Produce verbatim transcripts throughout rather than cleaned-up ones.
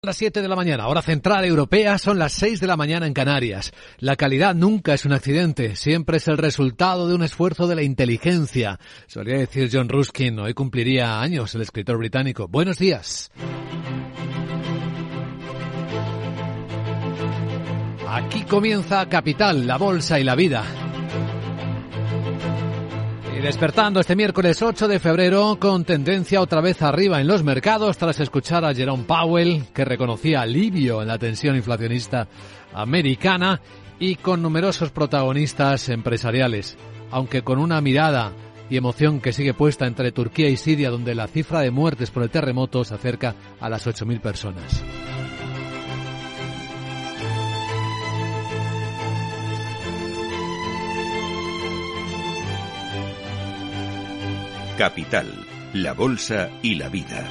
Las siete de la mañana, hora central europea, son las seis de la mañana en Canarias. La calidad nunca es un accidente, siempre es el resultado de un esfuerzo de la inteligencia. Solía decir John Ruskin, hoy cumpliría años el escritor británico. Buenos días. Aquí comienza Capital, la bolsa y la vida. Y despertando este miércoles ocho de febrero con tendencia otra vez arriba en los mercados tras escuchar a Jerome Powell, que reconocía alivio en la tensión inflacionista americana, y con numerosos protagonistas empresariales, aunque con una mirada y emoción que sigue puesta entre Turquía y Siria, donde la cifra de muertes por el terremoto se acerca a las ocho mil personas. Capital, la bolsa y la vida.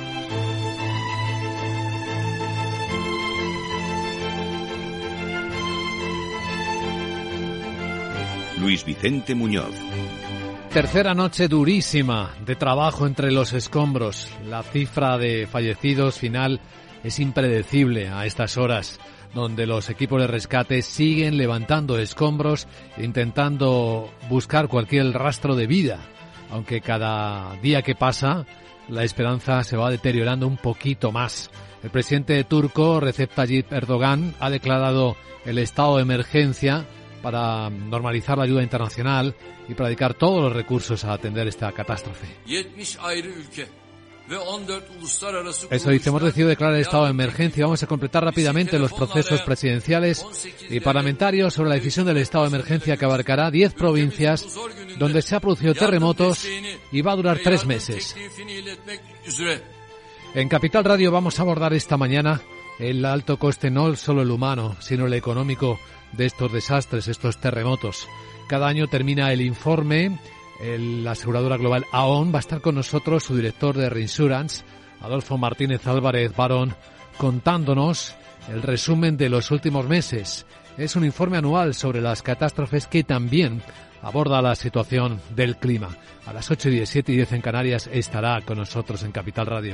Luis Vicente Muñoz. Tercera noche durísima de trabajo entre los escombros. La cifra de fallecidos final es impredecible a estas horas, donde los equipos de rescate siguen levantando escombros e intentando buscar cualquier rastro de vida. Aunque cada día que pasa, la esperanza se va deteriorando un poquito más. El presidente turco, Recep Tayyip Erdogan, ha declarado el estado de emergencia para normalizar la ayuda internacional y para dedicar todos los recursos a atender esta catástrofe. Eso dice, hemos decidido declarar el estado de emergencia. Vamos a completar rápidamente los procesos presidenciales y parlamentarios sobre la decisión del estado de emergencia, que abarcará diez provincias donde se han producido terremotos y va a durar tres meses. En Capital Radio vamos a abordar esta mañana el alto coste, no solo el humano, sino el económico de estos desastres, estos terremotos. Cada año termina el informe. El, la aseguradora global Aon va a estar con nosotros, su director de Reinsurance, Adolfo Martínez Álvarez Barón, contándonos el resumen de los últimos meses. Es un informe anual sobre las catástrofes que también aborda la situación del clima. A las ocho y diez, siete y diez en Canarias estará con nosotros en Capital Radio.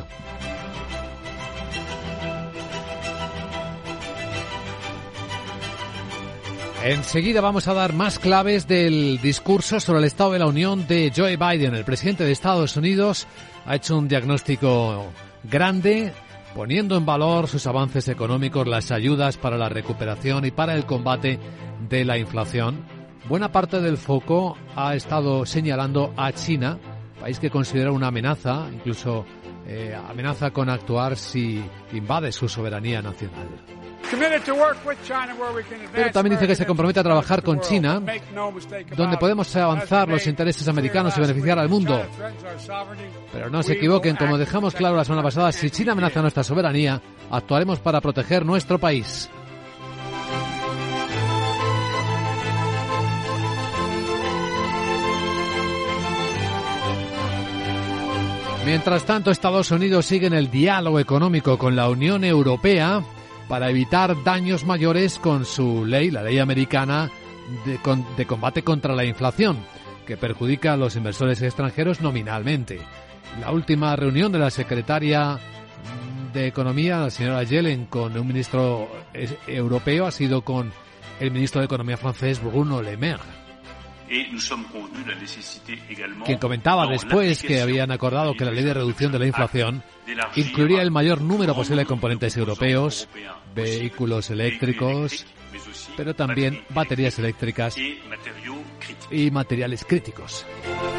Enseguida vamos a dar más claves del discurso sobre el Estado de la Unión de Joe Biden. El presidente de Estados Unidos ha hecho un diagnóstico grande, poniendo en valor sus avances económicos, las ayudas para la recuperación y para el combate de la inflación. Buena parte del foco ha estado señalando a China, país que considera una amenaza, incluso eh, amenaza con actuar si invade su soberanía nacional. Pero también dice que se compromete a trabajar con China, donde podemos avanzar los intereses americanos y beneficiar al mundo. Pero no se equivoquen, como dejamos claro la semana pasada, si China amenaza nuestra soberanía, actuaremos para proteger nuestro país. Mientras tanto, Estados Unidos sigue en el diálogo económico con la Unión Europea para evitar daños mayores con su ley, la ley americana de, con, de combate contra la inflación, que perjudica a los inversores extranjeros nominalmente. La última reunión de la secretaria de Economía, la señora Yellen, con un ministro europeo ha sido con el ministro de Economía francés, Bruno Le Maire, quien comentaba después que habían acordado que la ley de reducción de la inflación incluiría el mayor número posible de componentes europeos, vehículos eléctricos, pero también baterías eléctricas y materiales críticos.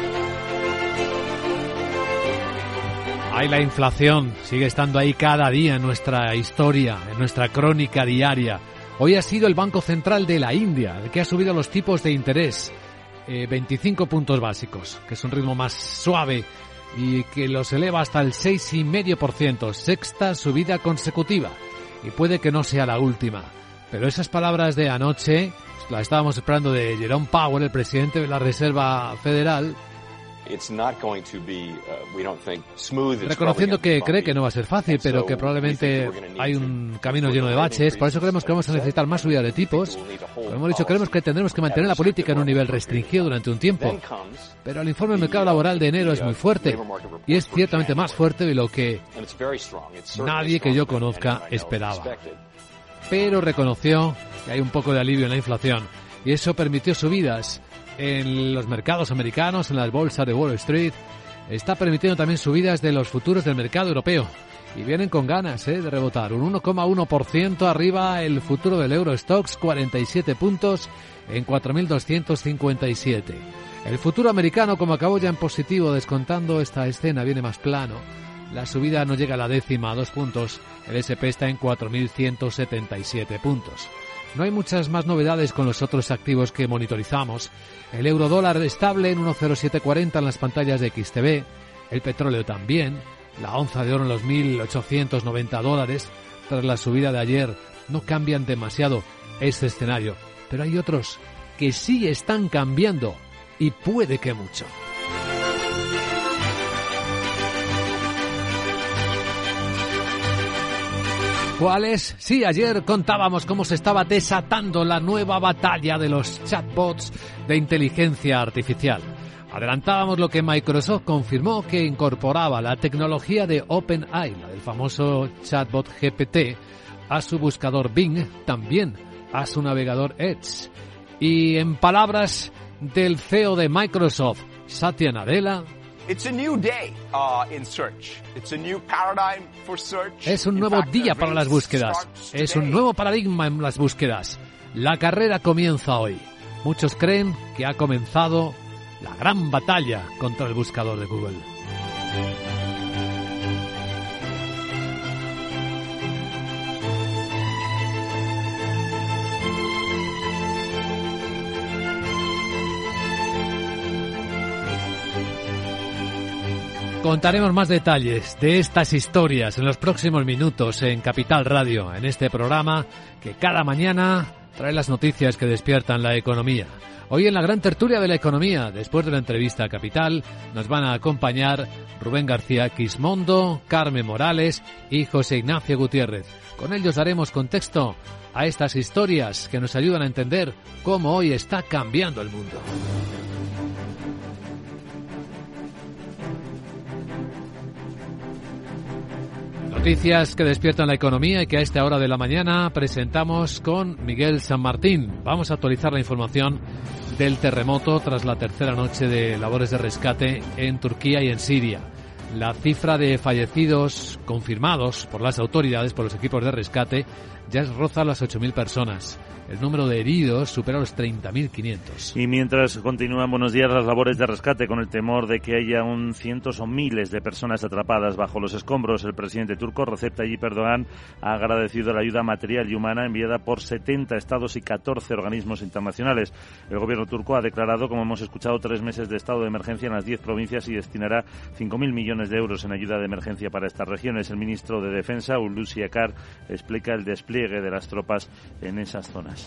Ahí la inflación sigue estando ahí cada día en nuestra historia, en nuestra crónica diaria. Hoy ha sido el Banco Central de la India el que ha subido los tipos de interés. Eh, veinticinco puntos básicos, que es un ritmo más suave y que los eleva hasta el seis coma cinco por ciento, sexta subida consecutiva, y puede que no sea la última. Pero esas palabras de anoche, las estábamos esperando, de Jerome Powell, el presidente de la Reserva Federal, Reconociendo que cree que no va a ser fácil, pero que probablemente hay un camino lleno de baches. Por eso creemos que vamos a necesitar más subida de tipos. Como hemos dicho, creemos que tendremos que mantener la política en un nivel restringido durante un tiempo. Pero el informe del mercado laboral de enero es muy fuerte, y es ciertamente más fuerte de lo que nadie que yo conozca esperaba. Pero reconoció que hay un poco de alivio en la inflación, y eso permitió subidas en los mercados americanos, en las bolsas de Wall Street. Está permitiendo también subidas de los futuros del mercado europeo. Y vienen con ganas ¿eh? de rebotar. Un uno coma uno por ciento arriba el futuro del Eurostoxx, cuarenta y siete puntos en cuatro mil doscientos cincuenta y siete. El futuro americano, como acabó ya en positivo, descontando esta escena, viene más plano. La subida no llega a la décima, a dos puntos. El ese and pe está en cuatro mil ciento setenta y siete puntos. No hay muchas más novedades con los otros activos que monitorizamos. El eurodólar estable en uno coma cero siete cuarenta en las pantallas de X T V. El petróleo también. La onza de oro en los mil ochocientos noventa dólares. Tras la subida de ayer, no cambian demasiado este escenario. Pero hay otros que sí están cambiando, y puede que mucho. ¿Cuáles? Sí, ayer contábamos cómo se estaba desatando la nueva batalla de los chatbots de inteligencia artificial. Adelantábamos lo que Microsoft confirmó, que incorporaba la tecnología de OpenAI, la del famoso chatbot G P T, a su buscador Bing, también a su navegador Edge. Y en palabras del C E O de Microsoft, Satya Nadella, es un nuevo día para las búsquedas, es un nuevo paradigma en las búsquedas. La carrera comienza hoy. Muchos creen que ha comenzado la gran batalla contra el buscador de Google. Contaremos más detalles de estas historias en los próximos minutos en Capital Radio, en este programa que cada mañana trae las noticias que despiertan la economía. Hoy en la gran tertulia de la economía, después de la entrevista a Capital, nos van a acompañar Rubén García Quismondo, Carmen Morales y José Ignacio Gutiérrez. Con ellos daremos contexto a estas historias que nos ayudan a entender cómo hoy está cambiando el mundo. Noticias que despiertan la economía y que a esta hora de la mañana presentamos con Miguel San Martín. Vamos a actualizar la información del terremoto tras la tercera noche de labores de rescate en Turquía y en Siria. La cifra de fallecidos confirmados por las autoridades, por los equipos de rescate, ya roza las ocho mil personas. El número de heridos supera los treinta mil quinientos. Y mientras continúan, buenos días, las labores de rescate con el temor de que haya un cientos o miles de personas atrapadas bajo los escombros, el presidente turco Recep Tayyip Erdogan ha agradecido la ayuda material y humana enviada por setenta estados y catorce organismos internacionales. El gobierno turco ha declarado, como hemos escuchado, tres meses de estado de emergencia en las diez provincias y destinará cinco mil millones de euros en ayuda de emergencia para estas regiones. El ministro de Defensa, Hulusi Akar, explica el despliegue de las tropas en esas zonas.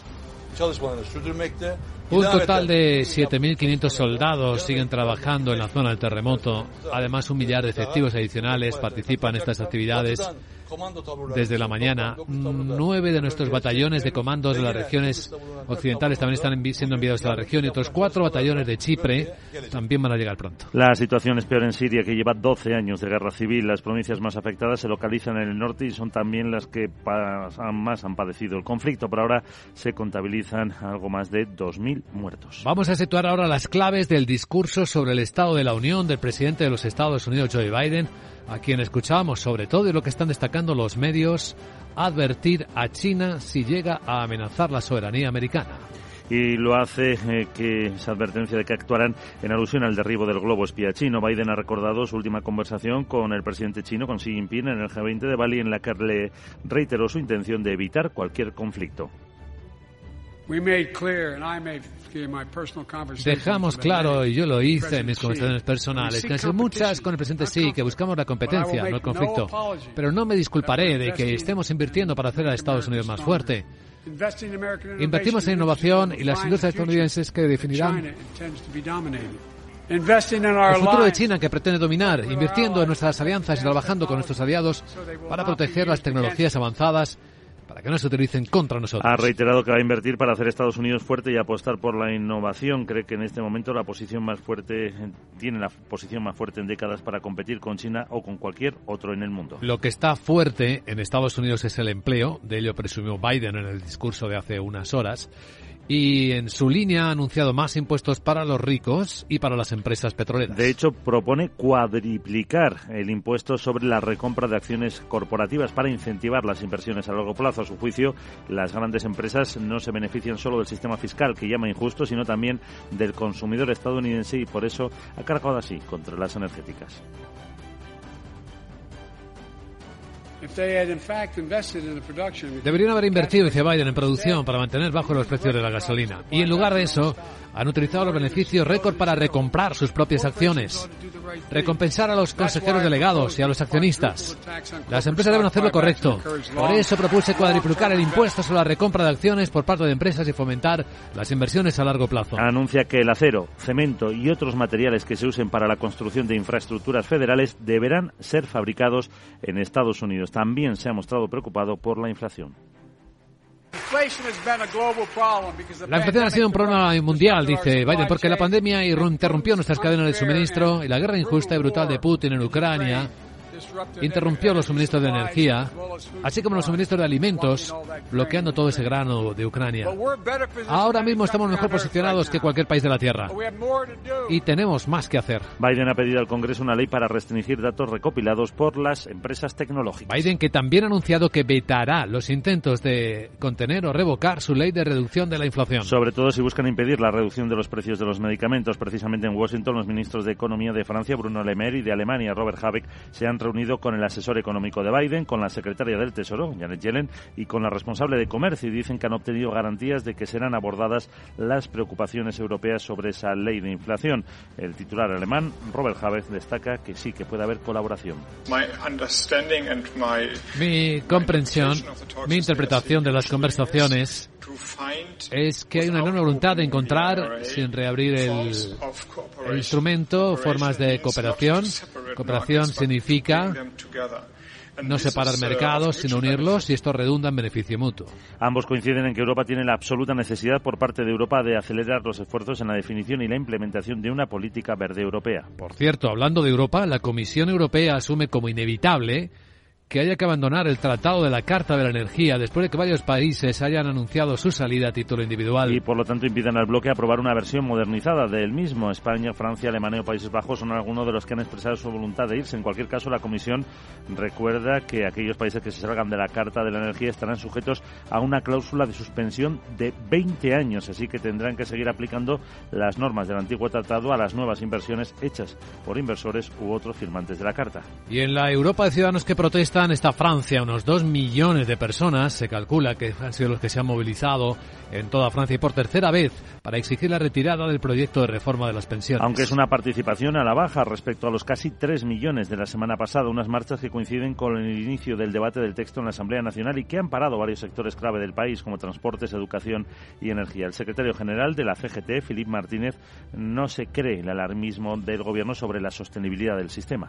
Un total de siete mil quinientos soldados siguen trabajando en la zona del terremoto. Además, un millar de efectivos adicionales participan en estas actividades desde la mañana. Nueve de nuestros batallones de comandos de las regiones occidentales también están siendo enviados a la región, y otros cuatro batallones de Chipre también van a llegar pronto. La situación es peor en Siria, que lleva doce años de guerra civil. Las provincias más afectadas se localizan en el norte y son también las que más han padecido el conflicto. Por ahora se contabilizan algo más de dos mil muertos. Vamos a situar ahora las claves del discurso sobre el Estado de la Unión del presidente de los Estados Unidos, Joe Biden, a quien escuchábamos sobre todo, y lo que están destacando los medios, advertir a China si llega a amenazar la soberanía americana. Y lo hace eh, que esa advertencia de que actuarán en alusión al derribo del globo espía chino. Biden ha recordado su última conversación con el presidente chino, con Xi Jinping, en el G veinte de Bali, en la que le reiteró su intención de evitar cualquier conflicto. Dejamos claro, y yo lo hice en mis conversaciones personales, que han sido muchas con el presidente Xi, que buscamos la competencia, no el conflicto. Pero no me disculparé de que estemos invirtiendo para hacer a Estados Unidos más fuerte. Invertimos en innovación y las industrias estadounidenses que definirán El futuro de China, que pretende dominar, invirtiendo en nuestras alianzas y trabajando con nuestros aliados para proteger las tecnologías avanzadas, para que no se utilicen contra nosotros. Ha reiterado que va a invertir para hacer Estados Unidos fuerte y apostar por la innovación. Cree que en este momento la posición más fuerte tiene la posición más fuerte en décadas para competir con China o con cualquier otro en el mundo. Lo que está fuerte en Estados Unidos es el empleo, de ello presumió Biden en el discurso de hace unas horas. Y en su línea ha anunciado más impuestos para los ricos y para las empresas petroleras. De hecho, propone cuadriplicar el impuesto sobre la recompra de acciones corporativas para incentivar las inversiones a largo plazo. A su juicio, las grandes empresas no se benefician solo del sistema fiscal, que llama injusto, sino también del consumidor estadounidense, y por eso ha cargado así contra las energéticas. Deberían haber invertido, dice Biden, en producción para mantener bajos los precios de la gasolina. Y en lugar de eso, han utilizado los beneficios récord para recomprar sus propias acciones, recompensar a los consejeros delegados y a los accionistas. Las empresas deben hacer lo correcto. Por eso propuse cuadriplicar el impuesto sobre la recompra de acciones por parte de empresas y fomentar las inversiones a largo plazo. Anuncia que el acero, cemento y otros materiales que se usen para la construcción de infraestructuras federales deberán ser fabricados en Estados Unidos. También se ha mostrado preocupado por la inflación. La inflación ha sido un problema mundial, dice Biden, porque la pandemia interrumpió nuestras cadenas de suministro y la guerra injusta y brutal de Putin en Ucrania interrumpió los suministros de energía, así como los suministros de alimentos, bloqueando todo ese grano de Ucrania. Ahora mismo estamos mejor posicionados que cualquier país de la Tierra y tenemos más que hacer. Biden ha pedido al Congreso una ley para restringir datos recopilados por las empresas tecnológicas. Biden, que también ha anunciado que vetará los intentos de contener o revocar su ley de reducción de la inflación. Sobre todo si buscan impedir la reducción de los precios de los medicamentos. Precisamente en Washington, los ministros de Economía de Francia, Bruno Le Maire, y de Alemania, Robert Habeck, se han reunido con el asesor económico de Biden, con la secretaria del Tesoro, Janet Yellen, y con la responsable de Comercio, y dicen que han obtenido garantías de que serán abordadas las preocupaciones europeas sobre esa ley de inflación. El titular alemán, Robert Habeck, destaca que sí que puede haber colaboración. Mi comprensión, mi interpretación de las conversaciones es que hay una enorme voluntad de encontrar, sin reabrir el, el instrumento, formas de cooperación. Cooperación significa no separar mercados, sino unirlos, y esto redunda en beneficio mutuo. Ambos coinciden en que Europa tiene la absoluta necesidad por parte de Europa de acelerar los esfuerzos en la definición y la implementación de una política verde europea. Por cierto, hablando de Europa, la Comisión Europea asume como inevitable que haya que abandonar el Tratado de la Carta de la Energía después de que varios países hayan anunciado su salida a título individual. Y por lo tanto impiden al bloque aprobar una versión modernizada del mismo. España, Francia, Alemania o Países Bajos son algunos de los que han expresado su voluntad de irse. En cualquier caso, la Comisión recuerda que aquellos países que se salgan de la Carta de la Energía estarán sujetos a una cláusula de suspensión de veinte años, así que tendrán que seguir aplicando las normas del antiguo tratado a las nuevas inversiones hechas por inversores u otros firmantes de la Carta. Y en la Europa de ciudadanos que protestan está Francia. Unos dos millones de personas se calcula que han sido los que se han movilizado en toda Francia y por tercera vez para exigir la retirada del proyecto de reforma de las pensiones. Aunque es una participación a la baja respecto a los casi tres millones de la semana pasada, unas marchas que coinciden con el inicio del debate del texto en la Asamblea Nacional y que han parado varios sectores clave del país como transportes, educación y energía. El secretario general de la C G T, Philippe Martínez, no se cree el alarmismo del gobierno sobre la sostenibilidad del sistema.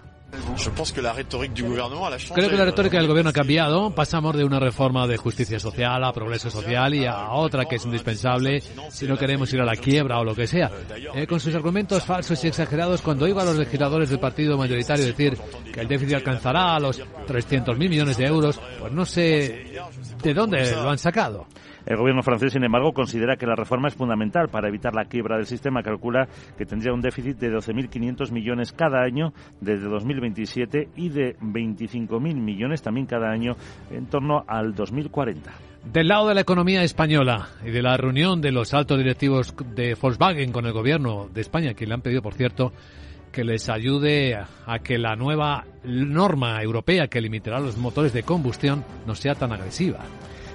Creo que la retórica del gobierno ha cambiado. Pasamos de una reforma de justicia social a progreso social y a otra que es indispensable si no queremos ir a la quiebra o lo que sea. Eh, con sus argumentos falsos y exagerados, cuando oigo a los legisladores del partido mayoritario decir que el déficit alcanzará a los trescientos mil millones de euros, pues no sé de dónde lo han sacado. El gobierno francés, sin embargo, considera que la reforma es fundamental para evitar la quiebra del sistema. Calcula que tendría un déficit de doce mil quinientos millones cada año desde dos mil veintisiete y de veinticinco mil millones también cada año en torno al dos mil cuarenta. Del lado de la economía española y de la reunión de los altos directivos de Volkswagen con el gobierno de España, que le han pedido, por cierto, que les ayude a que la nueva norma europea que limitará los motores de combustión no sea tan agresiva.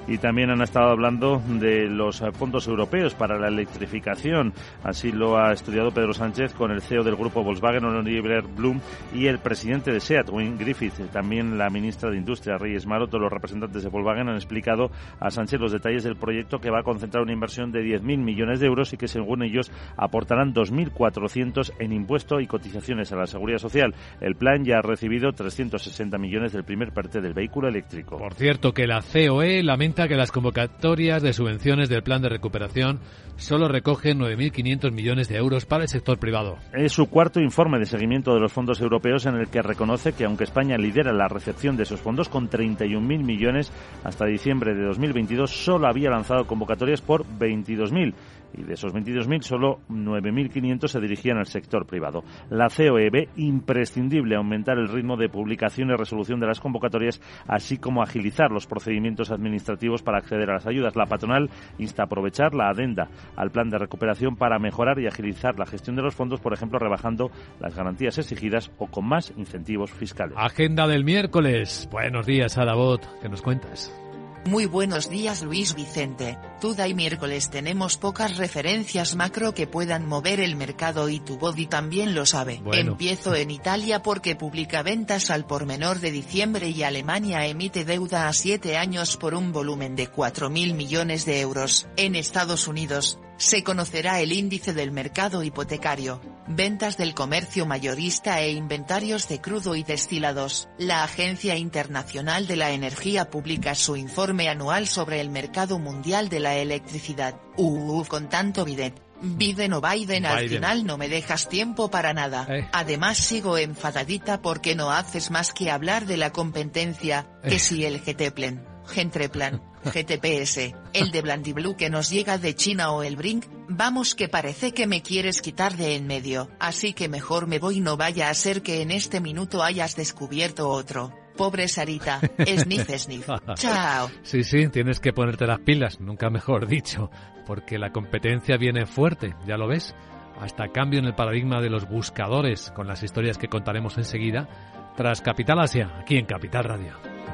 Y también han estado hablando de los fondos europeos para la electrificación. Así lo ha estudiado Pedro Sánchez con el C E O del grupo Volkswagen, Oliver Blume, y el presidente de SEAT, Wayne Griffith. También la ministra de Industria, Reyes Maroto. Todos los representantes de Volkswagen han explicado a Sánchez los detalles del proyecto, que va a concentrar una inversión de diez mil millones de euros y que, según ellos, aportarán dos mil cuatrocientos en impuesto y cotizaciones a la Seguridad Social. El plan ya ha recibido trescientos sesenta millones del primer parte del vehículo eléctrico. Por cierto, que la C O E lamenta que las convocatorias de subvenciones del plan de recuperación solo recogen nueve mil quinientos millones de euros para el sector privado. Es su cuarto informe de seguimiento de los fondos europeos, en el que reconoce que, aunque España lidera la recepción de esos fondos con treinta y un mil millones, hasta diciembre de dos mil veintidós solo había lanzado convocatorias por veintidós mil. Y de esos veintidós mil, solo nueve mil quinientos se dirigían al sector privado. La C O E ve imprescindible aumentar el ritmo de publicación y resolución de las convocatorias, así como agilizar los procedimientos administrativos para acceder a las ayudas. La patronal insta a aprovechar la adenda al plan de recuperación para mejorar y agilizar la gestión de los fondos, por ejemplo, rebajando las garantías exigidas o con más incentivos fiscales. Agenda del miércoles. Buenos días, Adabot. ¿Qué nos cuentas? Muy buenos días, Luis Vicente. Today miércoles tenemos pocas referencias macro que puedan mover el mercado y tu body también lo sabe. Bueno. Empiezo en Italia porque publica ventas al por menor de diciembre y Alemania emite deuda a siete años por un volumen de cuatro mil millones de euros. En Estados Unidos se conocerá el índice del mercado hipotecario, ventas del comercio mayorista e inventarios de crudo y destilados. La Agencia Internacional de la Energía publica su informe anual sobre el mercado mundial de la electricidad. Uh, con tanto Biden. Biden o Biden, al Biden. final no me dejas tiempo para nada. Eh. Además sigo enfadadita porque no haces más que hablar de la competencia, que Eh. si el G T P L N, Gentreplan, G T P S, el de Blandiblu que nos llega de China o el Brink, vamos que parece que me quieres quitar de en medio, así que mejor me voy, no vaya a ser que en este minuto hayas descubierto otro. Pobre Sarita, sniff sniff. Chao. Sí, sí, tienes que ponerte las pilas, nunca mejor dicho, porque la competencia viene fuerte, ya lo ves. Hasta cambio en el paradigma de los buscadores, con las historias que contaremos enseguida, tras Capital Asia, aquí en Capital Radio.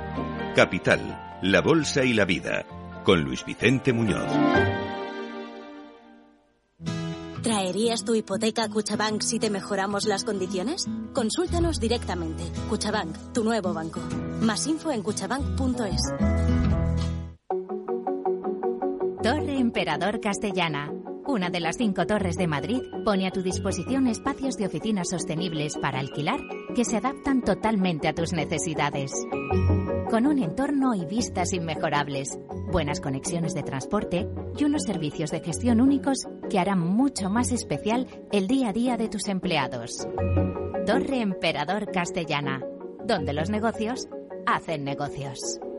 Capital, la bolsa y la vida, con Luis Vicente Muñoz. ¿Traerías tu hipoteca a Cuchabank si te mejoramos las condiciones? Consúltanos directamente. Cuchabank, tu nuevo banco. Más info en cuchabank punto es. Torre Emperador Castellana. Una de las cinco torres de Madrid pone a tu disposición espacios de oficinas sostenibles para alquilar que se adaptan totalmente a tus necesidades. Con un entorno y vistas inmejorables, buenas conexiones de transporte y unos servicios de gestión únicos que harán mucho más especial el día a día de tus empleados. Torre Emperador Castellana, donde los negocios hacen negocios.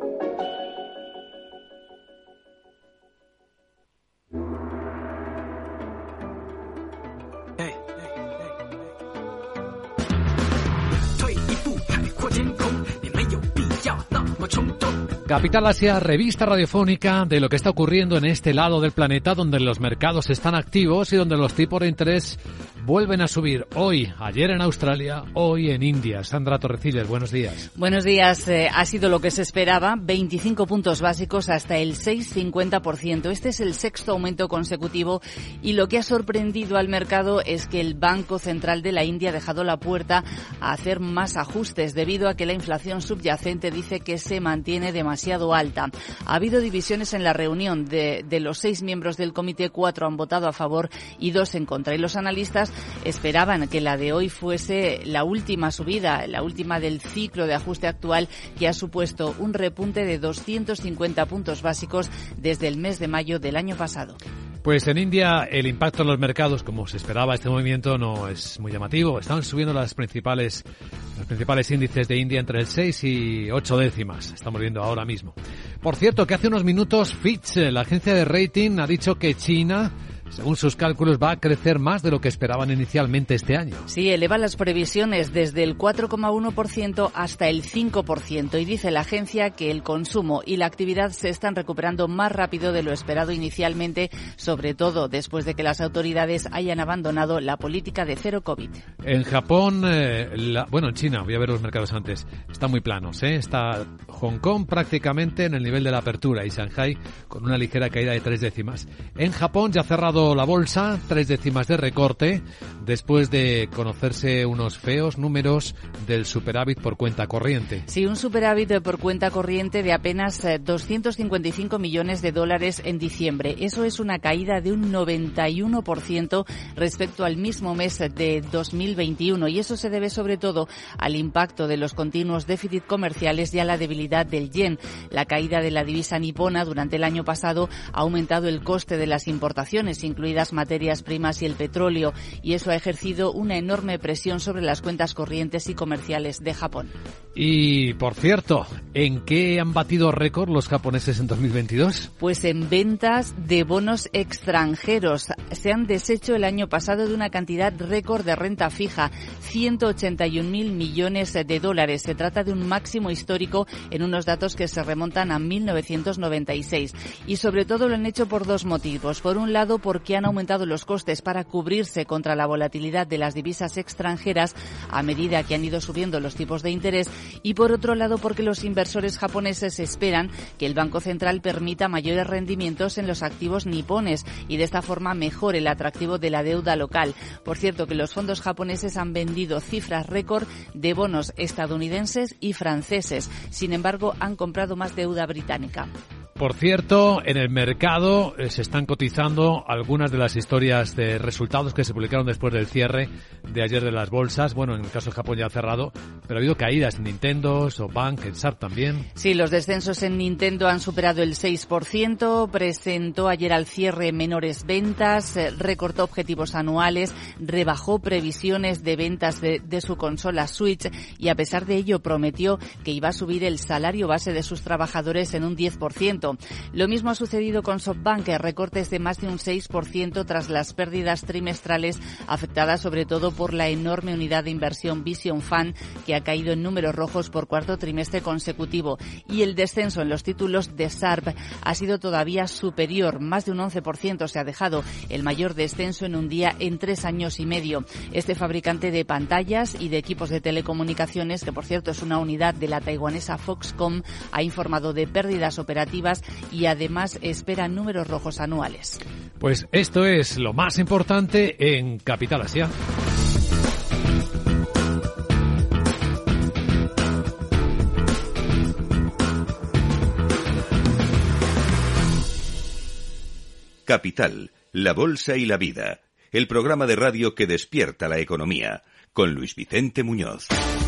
Capital Asia, revista radiofónica de lo que está ocurriendo en este lado del planeta, donde los mercados están activos y donde los tipos de interés vuelven a subir. Hoy, ayer en Australia, hoy en India. Sandra Torrecillas, buenos días. Buenos días. Eh, ha sido lo que se esperaba, veinticinco puntos básicos hasta el seis coma cincuenta por ciento. Este es el sexto aumento consecutivo y lo que ha sorprendido al mercado es que el Banco Central de la India ha dejado la puerta a hacer más ajustes debido a que la inflación subyacente dice que se mantiene demasiado alta. Ha habido divisiones en la reunión. De, de los seis miembros del comité, cuatro han votado a favor y dos en contra. Y los analistas esperaban que la de hoy fuese la última subida, la última del ciclo de ajuste actual, que ha supuesto un repunte de doscientos cincuenta puntos básicos desde el mes de mayo del año pasado. Pues en India el impacto en los mercados, como se esperaba, este movimiento no es muy llamativo. Están subiendo las principales, los principales índices de India entre el seis y ocho décimas. Estamos viendo ahora mismo. Por cierto, que hace unos minutos Fitch, la agencia de rating, ha dicho que China según sus cálculos, va a crecer más de lo que esperaban inicialmente este año. Sí, eleva las previsiones desde el cuatro coma uno por ciento hasta el cinco por ciento y dice la agencia que el consumo y la actividad se están recuperando más rápido de lo esperado inicialmente, sobre todo después de que las autoridades hayan abandonado la política de cero COVID. En Japón, eh, la, bueno, en China, voy a ver los mercados antes, están muy planos, ¿eh? Está Hong Kong prácticamente en el nivel de la apertura y Shanghai con una ligera caída de tres décimas. En Japón ya ha cerrado la bolsa, tres décimas de recorte, después de conocerse unos feos números del superávit por cuenta corriente. Sí, un superávit por cuenta corriente de apenas doscientos cincuenta y cinco millones de dólares en diciembre. Eso es una caída de un noventa y uno por ciento respecto al mismo mes de dos mil veintiuno y eso se debe sobre todo al impacto de los continuos déficits comerciales y a la debilidad del yen. La caída de la divisa nipona durante el año pasado ha aumentado el coste de las importaciones, incluidas materias primas y el petróleo, y eso ha ejercido una enorme presión sobre las cuentas corrientes y comerciales de Japón. Y, por cierto, ¿en qué han batido récord los japoneses en dos mil veintidós? Pues en ventas de bonos extranjeros. Se han deshecho el año pasado de una cantidad récord de renta fija, ciento ochenta y un mil millones de dólares. Se trata de un máximo histórico en unos datos que se remontan a mil novecientos noventa y seis. Y sobre todo lo han hecho por dos motivos. Por un lado, porque han aumentado los costes para cubrirse contra la volatilidad de las divisas extranjeras a medida que han ido subiendo los tipos de interés. Y por otro lado, porque los inversores japoneses esperan que el Banco Central permita mayores rendimientos en los activos nipones y de esta forma mejore el atractivo de la deuda local. Por cierto, que los fondos japoneses han vendido cifras récord de bonos estadounidenses y franceses. Sin embargo, han comprado más deuda británica. Por cierto, en el mercado eh, se están cotizando algunas de las historias de resultados que se publicaron después del cierre de ayer de las bolsas. Bueno, en el caso de Japón ya ha cerrado, pero ha habido caídas en Nintendo, SoftBank, en S A R también. Sí, los descensos en Nintendo han superado el seis por ciento, presentó ayer al cierre menores ventas, eh, recortó objetivos anuales, rebajó previsiones de ventas de, de su consola Switch y a pesar de ello prometió que iba a subir el salario base de sus trabajadores en un diez por ciento. Lo mismo ha sucedido con SoftBank, recortes de más de un seis por ciento tras las pérdidas trimestrales afectadas sobre todo por la enorme unidad de inversión Vision Fund que ha caído en números rojos por cuarto trimestre consecutivo. Y el descenso en los títulos de S A R P ha sido todavía superior, más de un once por ciento se ha dejado, el mayor descenso en un día en tres años y medio. Este fabricante de pantallas y de equipos de telecomunicaciones, que por cierto es una unidad de la taiwanesa Foxconn, ha informado de pérdidas operativas y además espera números rojos anuales. Pues esto es lo más importante en Capital Asia. Capital, la bolsa y la vida. El programa de radio que despierta la economía. Con Luis Vicente Muñoz.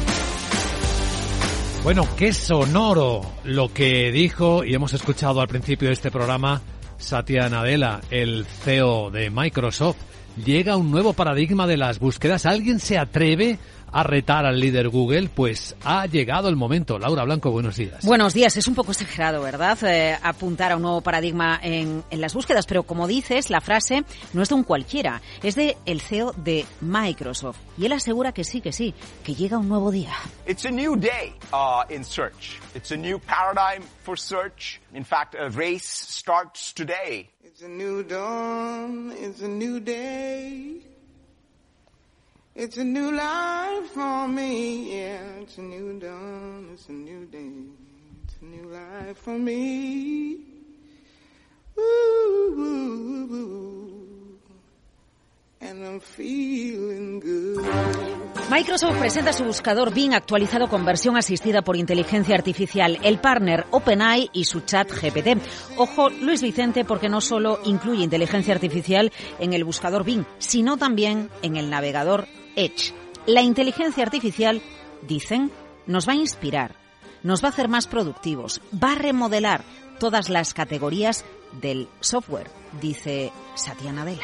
Bueno, qué sonoro lo que dijo y hemos escuchado al principio de este programa Satya Nadella, el C E O de Microsoft. Llega un nuevo paradigma de las búsquedas. ¿Alguien se atreve a retar al líder Google? Pues ha llegado el momento. Laura Blanco, buenos días. Buenos días. Es un poco exagerado, ¿verdad? Eh, apuntar a un nuevo paradigma en, en las búsquedas, pero como dices, la frase no es de un cualquiera, es de el C E O de Microsoft. Y él asegura que sí, que sí, que llega un nuevo día. It's a new day uh, in search. It's a new paradigm for search. In fact, a race starts today. It's a new dawn, it's a new day. It's a new life for me, yeah. It's a new dawn, it's a new day. It's a new life for me. Ooh, ooh, ooh. And I'm feeling good. Microsoft presenta su buscador Bing actualizado con versión asistida por inteligencia artificial, el partner OpenAI y su chat G P T. Ojo, Luis Vicente, porque no solo incluye inteligencia artificial en el buscador Bing, sino también en el navegador Edge. La inteligencia artificial, dicen, nos va a inspirar, nos va a hacer más productivos, va a remodelar todas las categorías del software, dice Satya Nadella.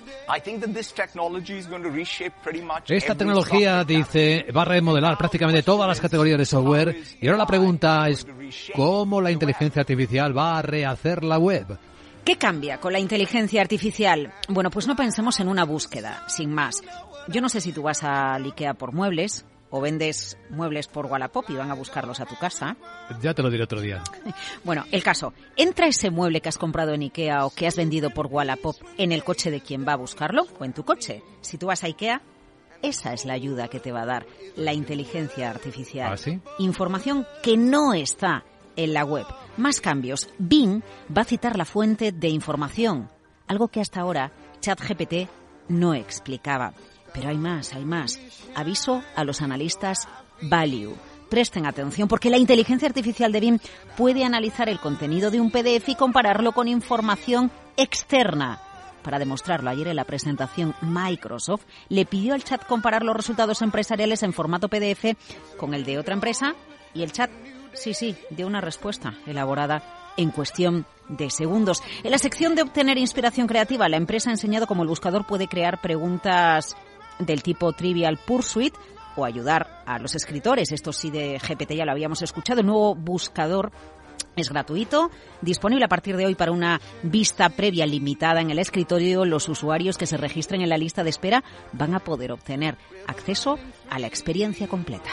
Esta tecnología, dice, va a remodelar prácticamente todas las categorías de software y ahora la pregunta es ¿cómo la inteligencia artificial va a rehacer la web? ¿Qué cambia con la inteligencia artificial? Bueno, pues no pensemos en una búsqueda, sin más. Yo no sé si tú vas al IKEA por muebles o vendes muebles por Wallapop y van a buscarlos a tu casa. Ya te lo diré otro día. Bueno, el caso, ¿entra ese mueble que has comprado en IKEA o que has vendido por Wallapop en el coche de quien va a buscarlo o en tu coche? Si tú vas a IKEA, esa es la ayuda que te va a dar la inteligencia artificial. ¿Ah, sí? Información que no está en la web. Más cambios. Bing va a citar la fuente de información, algo que hasta ahora ChatGPT no explicaba. Pero hay más, hay más. Aviso a los analistas Value. Presten atención porque la inteligencia artificial de Bing puede analizar el contenido de un P D F y compararlo con información externa. Para demostrarlo, ayer en la presentación Microsoft le pidió al chat comparar los resultados empresariales en formato P D F con el de otra empresa y el chat, sí, sí, dio una respuesta elaborada en cuestión de segundos. En la sección de obtener inspiración creativa, la empresa ha enseñado cómo el buscador puede crear preguntas del tipo Trivial Pursuit o ayudar a los escritores. Esto sí, de G P T ya lo habíamos escuchado. El nuevo buscador es gratuito, disponible a partir de hoy para una vista previa limitada en el escritorio. Los usuarios que se registren en la lista de espera van a poder obtener acceso a la experiencia completa.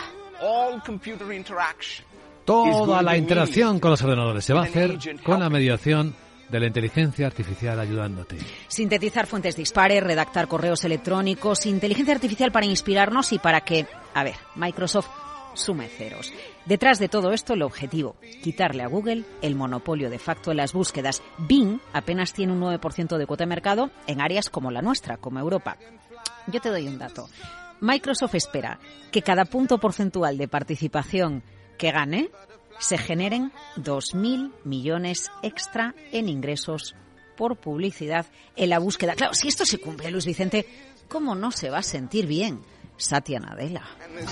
Toda la interacción con los ordenadores se va a hacer con la mediación de la inteligencia artificial ayudándote. Sintetizar fuentes dispares, redactar correos electrónicos, inteligencia artificial para inspirarnos y para que, a ver, Microsoft sume ceros. Detrás de todo esto, el objetivo, quitarle a Google el monopolio de facto en las búsquedas. Bing apenas tiene un nueve por ciento de cuota de mercado en áreas como la nuestra, como Europa. Yo te doy un dato. Microsoft espera que cada punto porcentual de participación que gane se generen dos mil millones extra en ingresos por publicidad en la búsqueda. Claro, si esto se cumple, Luis Vicente, ¿cómo no se va a sentir bien Satya Nadella?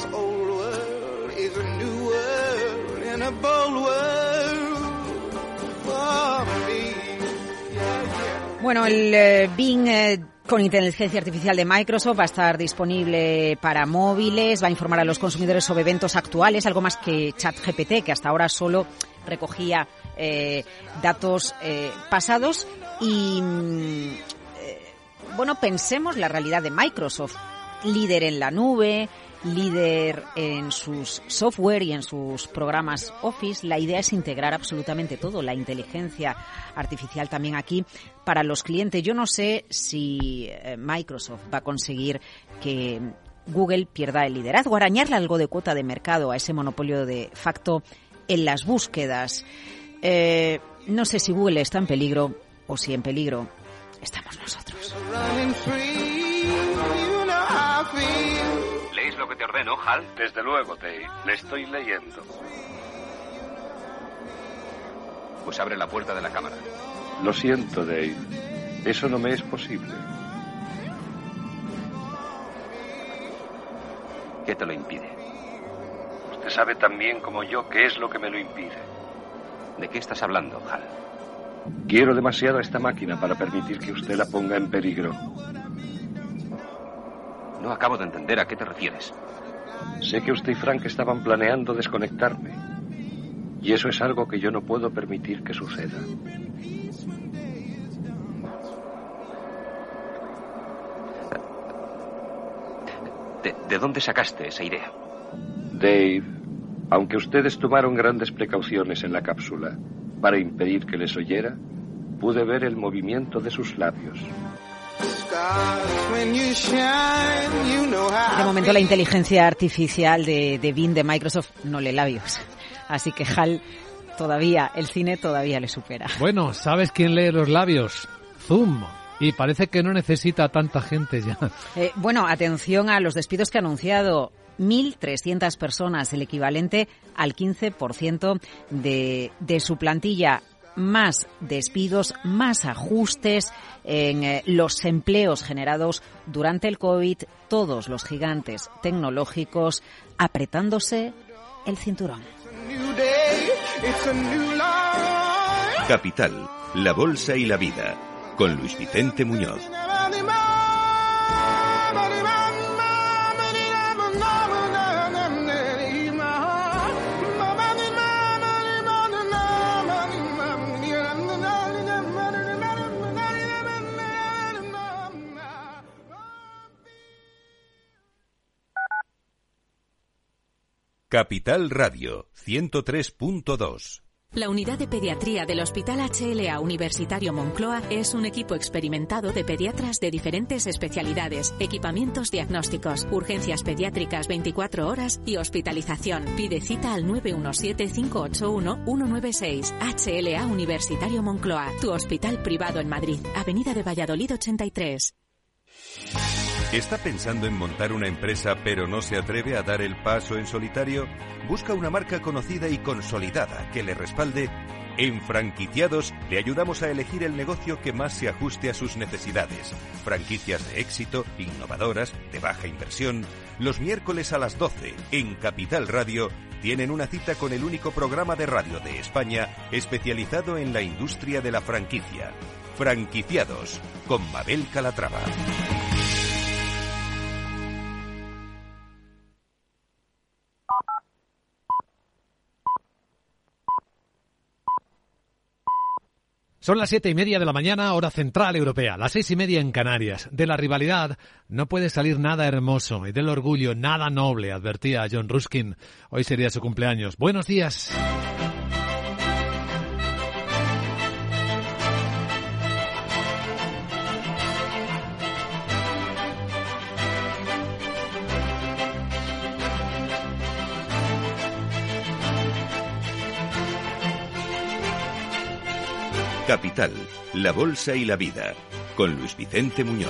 Bueno, el eh, Bing eh, con inteligencia artificial de Microsoft va a estar disponible para móviles, va a informar a los consumidores sobre eventos actuales, algo más que ChatGPT, que hasta ahora solo recogía eh, datos eh, pasados. Y, eh, bueno, pensemos la realidad de Microsoft, líder en la nube, líder en sus software y en sus programas Office. La idea es integrar absolutamente todo, la inteligencia artificial también aquí para los clientes. Yo no sé si Microsoft va a conseguir que Google pierda el liderazgo, arañarle algo de cuota de mercado a ese monopolio de facto en las búsquedas. Eh, no sé si Google está en peligro o si en peligro estamos nosotros. ¿Lees lo que te ordeno, Hal? Desde luego, Dave. Le estoy leyendo. Pues abre la puerta de la cámara. Lo siento, Dave. Eso no me es posible. ¿Qué te lo impide? Usted sabe tan bien como yo qué es lo que me lo impide. ¿De qué estás hablando, Hal? Quiero demasiado a esta máquina para permitir que usted la ponga en peligro. No acabo de entender a qué te refieres. Sé que usted y Frank estaban planeando desconectarme. Y eso es algo que yo no puedo permitir que suceda. ¿De, de dónde sacaste esa idea? Dave, aunque ustedes tomaron grandes precauciones en la cápsula para impedir que les oyera, pude ver el movimiento de sus labios. De momento la inteligencia artificial de, de Bing de Microsoft no lee labios. Así que Hal todavía, el cine todavía le supera. Bueno, ¿sabes quién lee los labios? Zoom. Y parece que no necesita tanta gente ya. Eh, bueno, atención a los despidos que ha anunciado. mil trescientas personas, el equivalente al quince por ciento de, de su plantilla. Más despidos, más ajustes en eh, los empleos generados durante el COVID, todos los gigantes tecnológicos apretándose el cinturón. Capital, la bolsa y la vida, con Luis Vicente Muñoz. Capital Radio, ciento tres punto dos. La unidad de pediatría del Hospital H L A Universitario Moncloa es un equipo experimentado de pediatras de diferentes especialidades, equipamientos diagnósticos, urgencias pediátricas veinticuatro horas y hospitalización. Pide cita al nueve uno siete, cinco ocho uno, uno nueve seis. H L A Universitario Moncloa, tu hospital privado en Madrid, Avenida de Valladolid ochenta y tres. ¿Está pensando en montar una empresa pero no se atreve a dar el paso en solitario? ¿Busca una marca conocida y consolidada que le respalde? En Franquiciados le ayudamos a elegir el negocio que más se ajuste a sus necesidades. Franquicias de éxito, innovadoras, de baja inversión. Los miércoles a las doce, en Capital Radio, tienen una cita con el único programa de radio de España especializado en la industria de la franquicia. Franquiciados, con Mabel Calatrava. Son las siete y media de la mañana, hora central europea, las seis y media en Canarias. De la rivalidad no puede salir nada hermoso y del orgullo nada noble, advertía John Ruskin. Hoy sería su cumpleaños. Buenos días. Capital, la Bolsa y la Vida, con Luis Vicente Muñoz.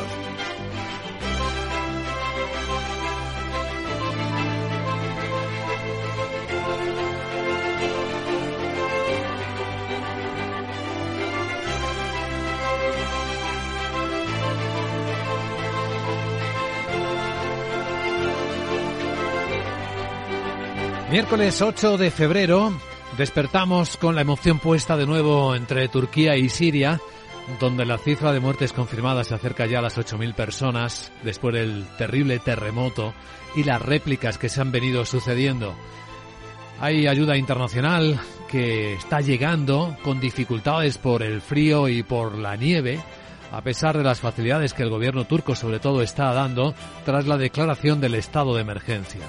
Miércoles ocho de febrero. Despertamos con la emoción puesta de nuevo entre Turquía y Siria, donde la cifra de muertes confirmadas se acerca ya a las ocho mil personas después del terrible terremoto y las réplicas que se han venido sucediendo. Hay ayuda internacional que está llegando con dificultades por el frío y por la nieve, a pesar de las facilidades que el gobierno turco sobre todo está dando tras la declaración del estado de emergencia.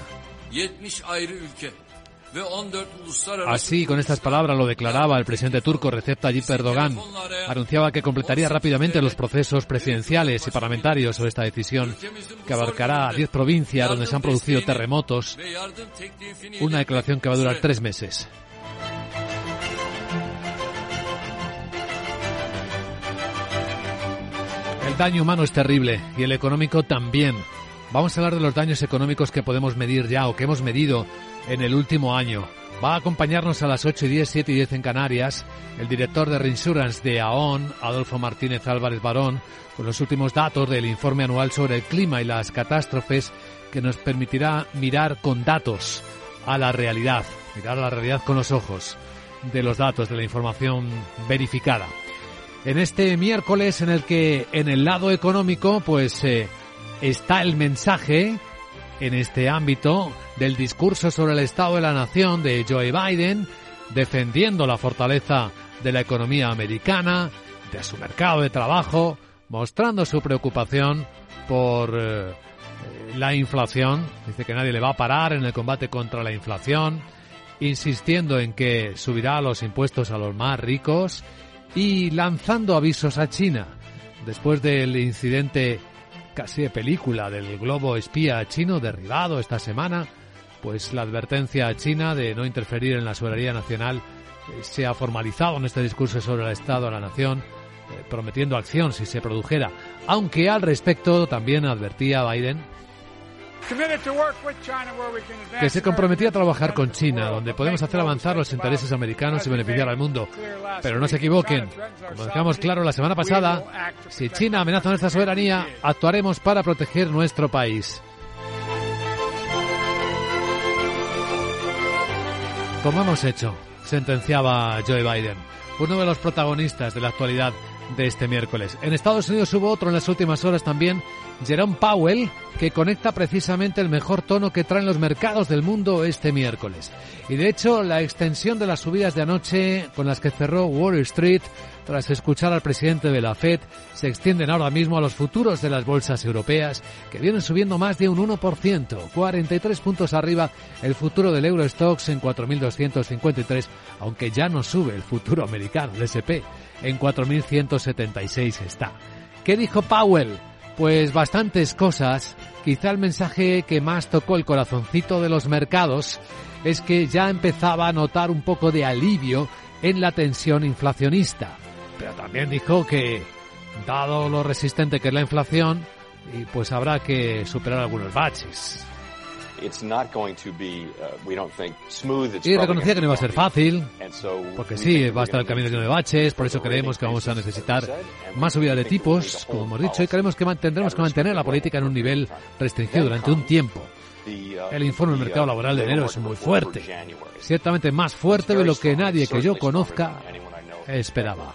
Así, con estas palabras lo declaraba el presidente turco Recep Tayyip Erdogan. Anunciaba que completaría rápidamente los procesos presidenciales y parlamentarios sobre esta decisión, que abarcará diez provincias donde se han producido terremotos. Una declaración que va a durar tres meses. El daño humano es terrible y el económico también. Vamos a hablar de los daños económicos que podemos medir ya o que hemos medido en el último año. Va a acompañarnos a las ocho y diez, siete y diez en Canarias, el director de Reinsurance de A O N, Adolfo Martínez Álvarez Barón, con los últimos datos del informe anual sobre el clima y las catástrofes, que nos permitirá mirar con datos a la realidad, mirar a la realidad con los ojos de los datos, de la información verificada. En este miércoles en el que en el lado económico pues eh, está el mensaje en este ámbito del discurso sobre el estado de la nación de Joe Biden, defendiendo la fortaleza de la economía americana, de su mercado de trabajo, mostrando su preocupación por eh, la inflación. Dice que nadie le va a parar en el combate contra la inflación, insistiendo en que subirá los impuestos a los más ricos y lanzando avisos a China después del incidente casi de película del globo espía chino derribado esta semana. Pues la advertencia a China de no interferir en la soberanía nacional eh, se ha formalizado en este discurso sobre el Estado de la Nación, eh, prometiendo acción si se produjera. Aunque al respecto también advertía Biden que se comprometía a trabajar con China, donde podemos hacer avanzar los intereses americanos y beneficiar al mundo. Pero no se equivoquen, como dejamos claro la semana pasada, si China amenaza nuestra soberanía, actuaremos para proteger nuestro país. Como hemos hecho, sentenciaba Joe Biden, uno de los protagonistas de la actualidad de este miércoles. En Estados Unidos hubo otro en las últimas horas también, Jerome Powell, que conecta precisamente el mejor tono que traen los mercados del mundo este miércoles. Y de hecho, la extensión de las subidas de anoche con las que cerró Wall Street tras escuchar al presidente de la Fed se extienden ahora mismo a los futuros de las bolsas europeas, que vienen subiendo más de un uno por ciento, cuarenta y tres puntos arriba el futuro del Eurostoxx en cuatro mil doscientos cincuenta y tres, aunque ya no sube el futuro americano, el ese pe, en cuatro mil ciento setenta y seis está. ¿Qué dijo Powell? Pues bastantes cosas. Quizá el mensaje que más tocó el corazoncito de los mercados es que ya empezaba a notar un poco de alivio en la tensión inflacionista. Pero también dijo que, dado lo resistente que es la inflación, y pues habrá que superar algunos baches. Y reconocía que no iba a ser fácil, porque sí, va a estar el camino lleno de baches, por eso creemos que vamos a necesitar más subida de tipos, como hemos dicho, y creemos que tendremos que mantener la política en un nivel restringido durante un tiempo. El informe del mercado laboral de enero es muy fuerte, ciertamente más fuerte de lo que nadie que yo conozca esperaba.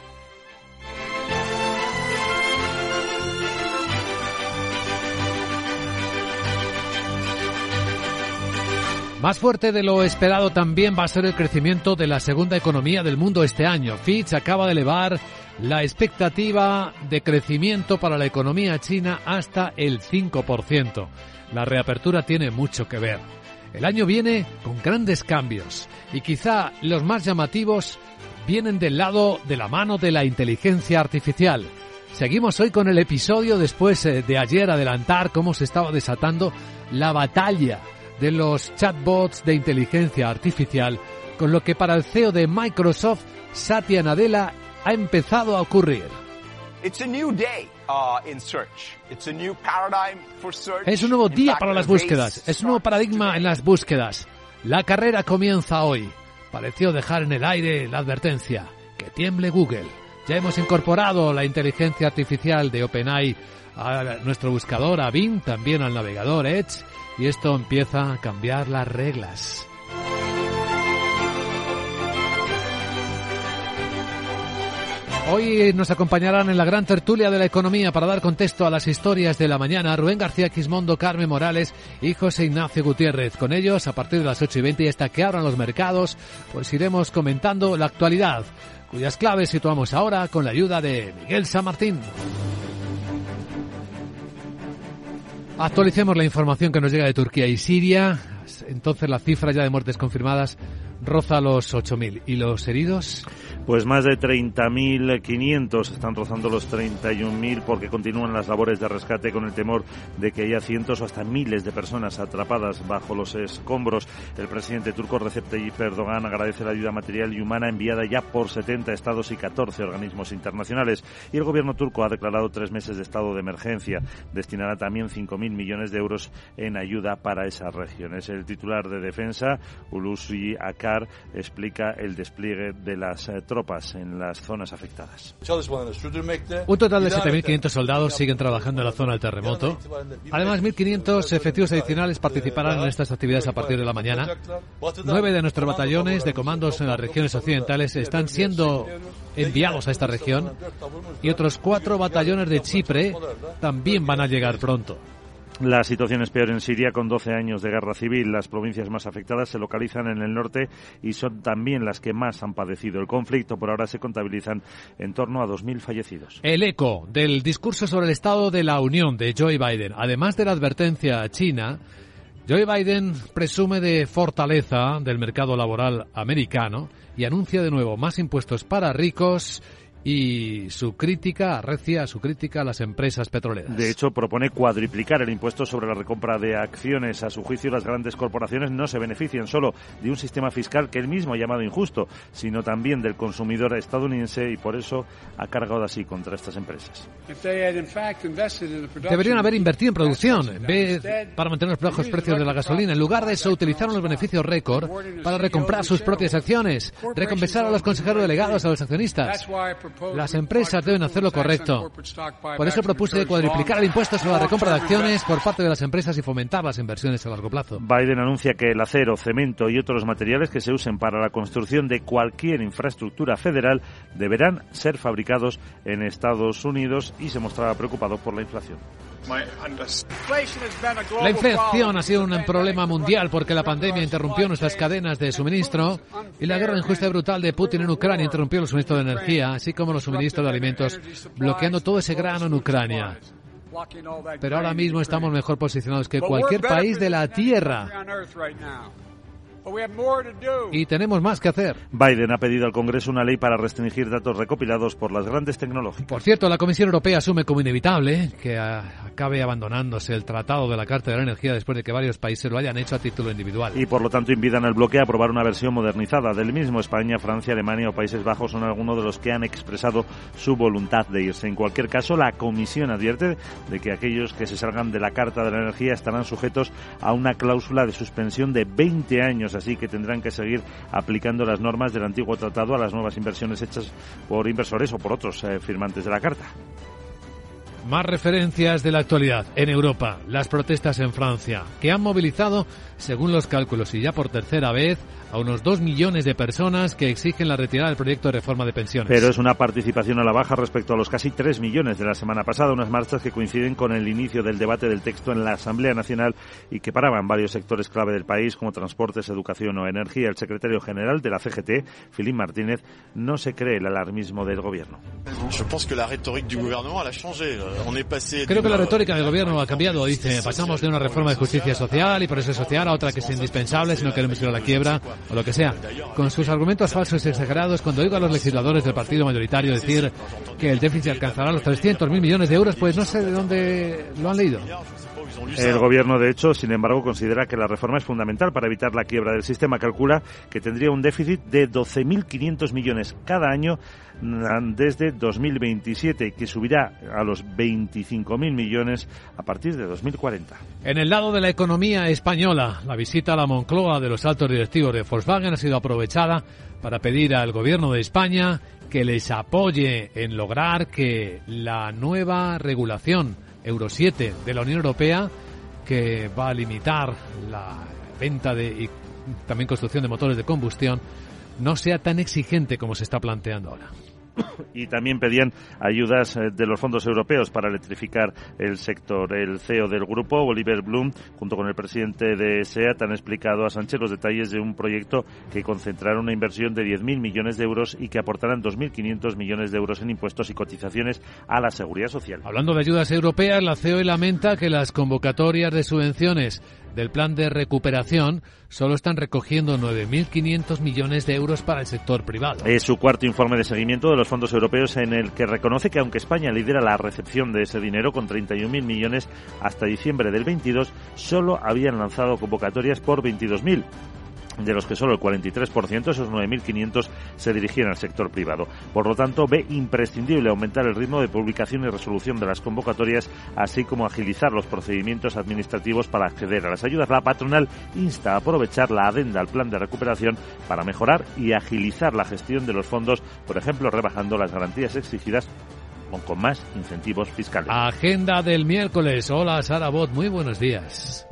Más fuerte de lo esperado también va a ser el crecimiento de la segunda economía del mundo este año. Fitch acaba de elevar la expectativa de crecimiento para la economía china hasta el cinco por ciento. La reapertura tiene mucho que ver. El año viene con grandes cambios y quizá los más llamativos vienen del lado de la mano de la inteligencia artificial. Seguimos hoy con el episodio después de ayer adelantar cómo se estaba desatando la batalla de los chatbots de inteligencia artificial, con lo que para el ce e o de Microsoft, Satya Nadella, ha empezado a ocurrir. Es un nuevo día para las búsquedas, es un nuevo paradigma en las búsquedas. La carrera comienza hoy. Pareció dejar en el aire la advertencia: que tiemble Google. Ya hemos incorporado la inteligencia artificial de OpenAI a nuestro buscador, a Bing, también al navegador Edge, y esto empieza a cambiar las reglas. Hoy nos acompañarán en la gran tertulia de la economía para dar contexto a las historias de la mañana Rubén García Quismondo, Carmen Morales y José Ignacio Gutiérrez. Con ellos, a partir de las ocho y veinte y hasta que abran los mercados, pues iremos comentando la actualidad, cuyas claves situamos ahora con la ayuda de Miguel San Martín. Actualicemos la información que nos llega de Turquía y Siria. Entonces la cifra ya de muertes confirmadas roza los ocho mil. ¿Y los heridos? Pues más de treinta mil quinientos, están rozando los treinta y un mil porque continúan las labores de rescate con el temor de que haya cientos o hasta miles de personas atrapadas bajo los escombros. El presidente turco Recep Tayyip Erdogan agradece la ayuda material y humana enviada ya por setenta estados y catorce organismos internacionales. Y el gobierno turco ha declarado tres meses de estado de emergencia. Destinará también cinco mil millones de euros en ayuda para esas regiones. El titular de Defensa, Hulusi Akar, explica el despliegue de las eh, tropas en las zonas afectadas. Un total de siete mil quinientos soldados siguen trabajando en la zona del terremoto. Además, mil quinientos efectivos adicionales participarán en estas actividades a partir de la mañana. Nueve de nuestros batallones de comandos en las regiones occidentales están siendo enviados a esta región y otros cuatro batallones de Chipre también van a llegar pronto. La situación es peor en Siria, con doce años de guerra civil. Las provincias más afectadas se localizan en el norte y son también las que más han padecido el conflicto. Por ahora se contabilizan en torno a dos mil fallecidos. El eco del discurso sobre el estado de la Unión de Joe Biden, además de la advertencia a China, Joe Biden presume de fortaleza del mercado laboral americano y anuncia de nuevo más impuestos para ricos y su crítica, arrecia su crítica a las empresas petroleras. De hecho, propone cuadriplicar el impuesto sobre la recompra de acciones. A su juicio, las grandes corporaciones no se benefician solo de un sistema fiscal que él mismo ha llamado injusto, sino también del consumidor estadounidense, y por eso ha cargado así contra estas empresas. Deberían haber invertido en producción en vez para mantener los bajos precios de la gasolina. En lugar de eso, utilizaron los beneficios récord para recomprar sus propias acciones, recompensar a los consejeros delegados, a los accionistas. Las empresas deben hacer lo correcto. Por eso propuse cuadriplicar el impuesto sobre la recompra de acciones por parte de las empresas y fomentar las inversiones a largo plazo. Biden anuncia que el acero, cemento y otros materiales que se usen para la construcción de cualquier infraestructura federal deberán ser fabricados en Estados Unidos y se mostraba preocupado por la inflación. La inflación ha sido un problema mundial porque la pandemia interrumpió nuestras cadenas de suministro y la guerra injusta y brutal de Putin en Ucrania interrumpió el suministro de energía, así como los suministros de alimentos, bloqueando todo ese grano en Ucrania. Pero ahora mismo estamos mejor posicionados que cualquier país de la Tierra. Y tenemos más que hacer. Biden ha pedido al Congreso una ley para restringir datos recopilados por las grandes tecnológicas. Por cierto, la Comisión Europea asume como inevitable que acabe abandonándose el Tratado de la Carta de la Energía después de que varios países lo hayan hecho a título individual. Y por lo tanto invitan al bloque a aprobar una versión modernizada del mismo. España, Francia, Alemania o Países Bajos son algunos de los que han expresado su voluntad de irse. En cualquier caso, la Comisión advierte de que aquellos que se salgan de la Carta de la Energía estarán sujetos a una cláusula de suspensión de veinte años. Así que tendrán que seguir aplicando las normas del antiguo tratado a las nuevas inversiones hechas por inversores o por otros eh, firmantes de la Carta. Más referencias de la actualidad. En Europa, las protestas en Francia, que han movilizado, según los cálculos y ya por tercera vez, a unos dos millones de personas que exigen la retirada del proyecto de reforma de pensiones. Pero es una participación a la baja respecto a los casi tres millones de la semana pasada, unas marchas que coinciden con el inicio del debate del texto en la Asamblea Nacional y que paraban varios sectores clave del país como transportes, educación o energía. El secretario general de la C G T, Philippe Martínez, no se cree el alarmismo del gobierno. Creo que la retórica del gobierno ha cambiado. Dice, pasamos de una reforma de justicia social y progreso social a otra que es indispensable si no queremos ir a la quiebra o lo que sea. Con sus argumentos falsos y exagerados, cuando oigo a los legisladores del partido mayoritario decir que el déficit alcanzará los trescientos mil millones de euros, pues no sé de dónde lo han leído. El gobierno, de hecho, sin embargo, considera que la reforma es fundamental para evitar la quiebra del sistema. Calcula que tendría un déficit de doce mil quinientos millones cada año desde dos mil veintisiete y que subirá a los veinticinco mil millones a partir de dos mil cuarenta. En el lado de la economía española, la visita a la Moncloa de los altos directivos de Volkswagen ha sido aprovechada para pedir al gobierno de España que les apoye en lograr que la nueva regulación Euro siete de la Unión Europea, que va a limitar la venta de y también construcción de motores de combustión, no sea tan exigente como se está planteando ahora. Y también pedían ayudas de los fondos europeos para electrificar el sector. El C E O del grupo, Oliver Bloom, junto con el presidente de SEAT, han explicado a Sánchez los detalles de un proyecto que concentrará una inversión de diez mil millones de euros y que aportarán dos mil quinientos millones de euros en impuestos y cotizaciones a la seguridad social. Hablando de ayudas europeas, la C E O lamenta que las convocatorias de subvenciones del plan de recuperación solo están recogiendo nueve mil quinientos millones de euros para el sector privado. Es su cuarto informe de seguimiento de los fondos europeos en el que reconoce que aunque España lidera la recepción de ese dinero con treinta y un mil millones hasta diciembre del veintidós, solo habían lanzado convocatorias por veintidós mil. De los que solo el cuarenta y tres por ciento, esos nueve mil quinientos, se dirigían al sector privado. Por lo tanto, ve imprescindible aumentar el ritmo de publicación y resolución de las convocatorias, así como agilizar los procedimientos administrativos para acceder a las ayudas. La patronal insta a aprovechar la adenda al plan de recuperación para mejorar y agilizar la gestión de los fondos, por ejemplo, rebajando las garantías exigidas o con más incentivos fiscales. Agenda del miércoles. Hola, Sara Bot, muy buenos días.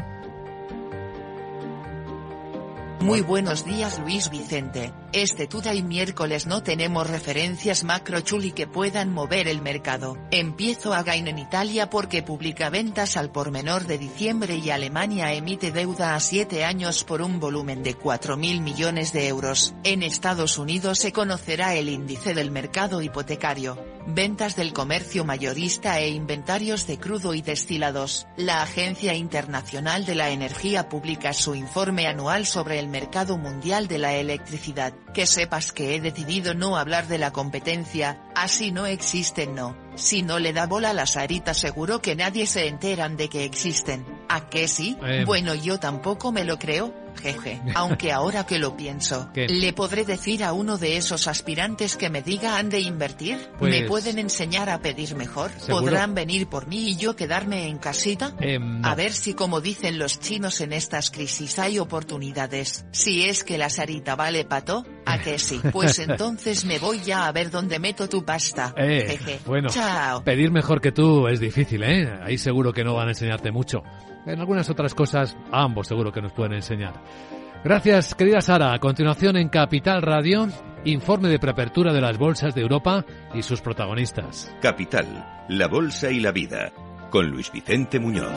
Muy buenos días, Luis Vicente. Este Today miércoles no tenemos referencias macro chuli que puedan mover el mercado. Empiezo a Gain en Italia porque publica ventas al por menor de diciembre y Alemania emite deuda a siete años por un volumen de cuatro mil millones de euros. En Estados Unidos se conocerá el índice del mercado hipotecario, ventas del comercio mayorista e inventarios de crudo y destilados. La Agencia Internacional de la Energía publica su informe anual sobre el mercado mundial de la electricidad. Que sepas que he decidido no hablar de la competencia, así no existen no. Si no le da bola a la Sarita seguro que nadie se enteran de que existen. ¿A qué sí? Eh... Bueno, yo tampoco me lo creo. Jeje, aunque ahora que lo pienso, ¿qué? ¿Le podré decir a uno de esos aspirantes que me diga han de invertir? Pues... ¿Me pueden enseñar a pedir mejor? ¿Seguro? ¿Podrán venir por mí y yo quedarme en casita? Eh, no. A ver si, como dicen los chinos, en estas crisis hay oportunidades. Si es que la Sarita vale pato, ¿A que sí? Pues entonces me voy ya a ver dónde meto tu pasta. Eh, Jeje. bueno, Chao. pedir mejor que tú es difícil, ¿eh? Ahí seguro que no van a enseñarte mucho. En algunas otras cosas, ambos seguro que nos pueden enseñar. Gracias, querida Sara. A continuación, en Capital Radio, informe de preapertura de las bolsas de Europa y sus protagonistas. Capital, la bolsa y la vida, con Luis Vicente Muñoz.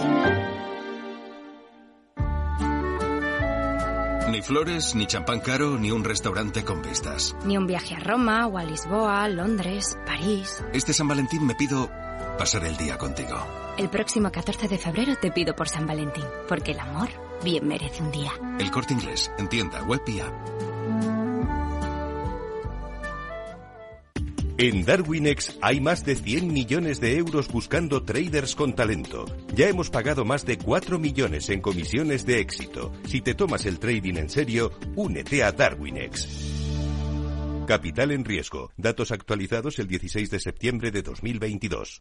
Ni flores, ni champán caro, ni un restaurante con vistas. Ni un viaje a Roma, o a Lisboa, Londres, París. Este San Valentín me pido pasar el día contigo. El próximo catorce de febrero te pido por San Valentín, porque el amor bien merece un día. El Corte Inglés, en tienda, web y app. En Darwinex hay más de cien millones de euros buscando traders con talento. Ya hemos pagado más de cuatro millones en comisiones de éxito. Si te tomas el trading en serio, únete a Darwinex. Capital en riesgo. Datos actualizados el dieciséis de septiembre de dos mil veintidós.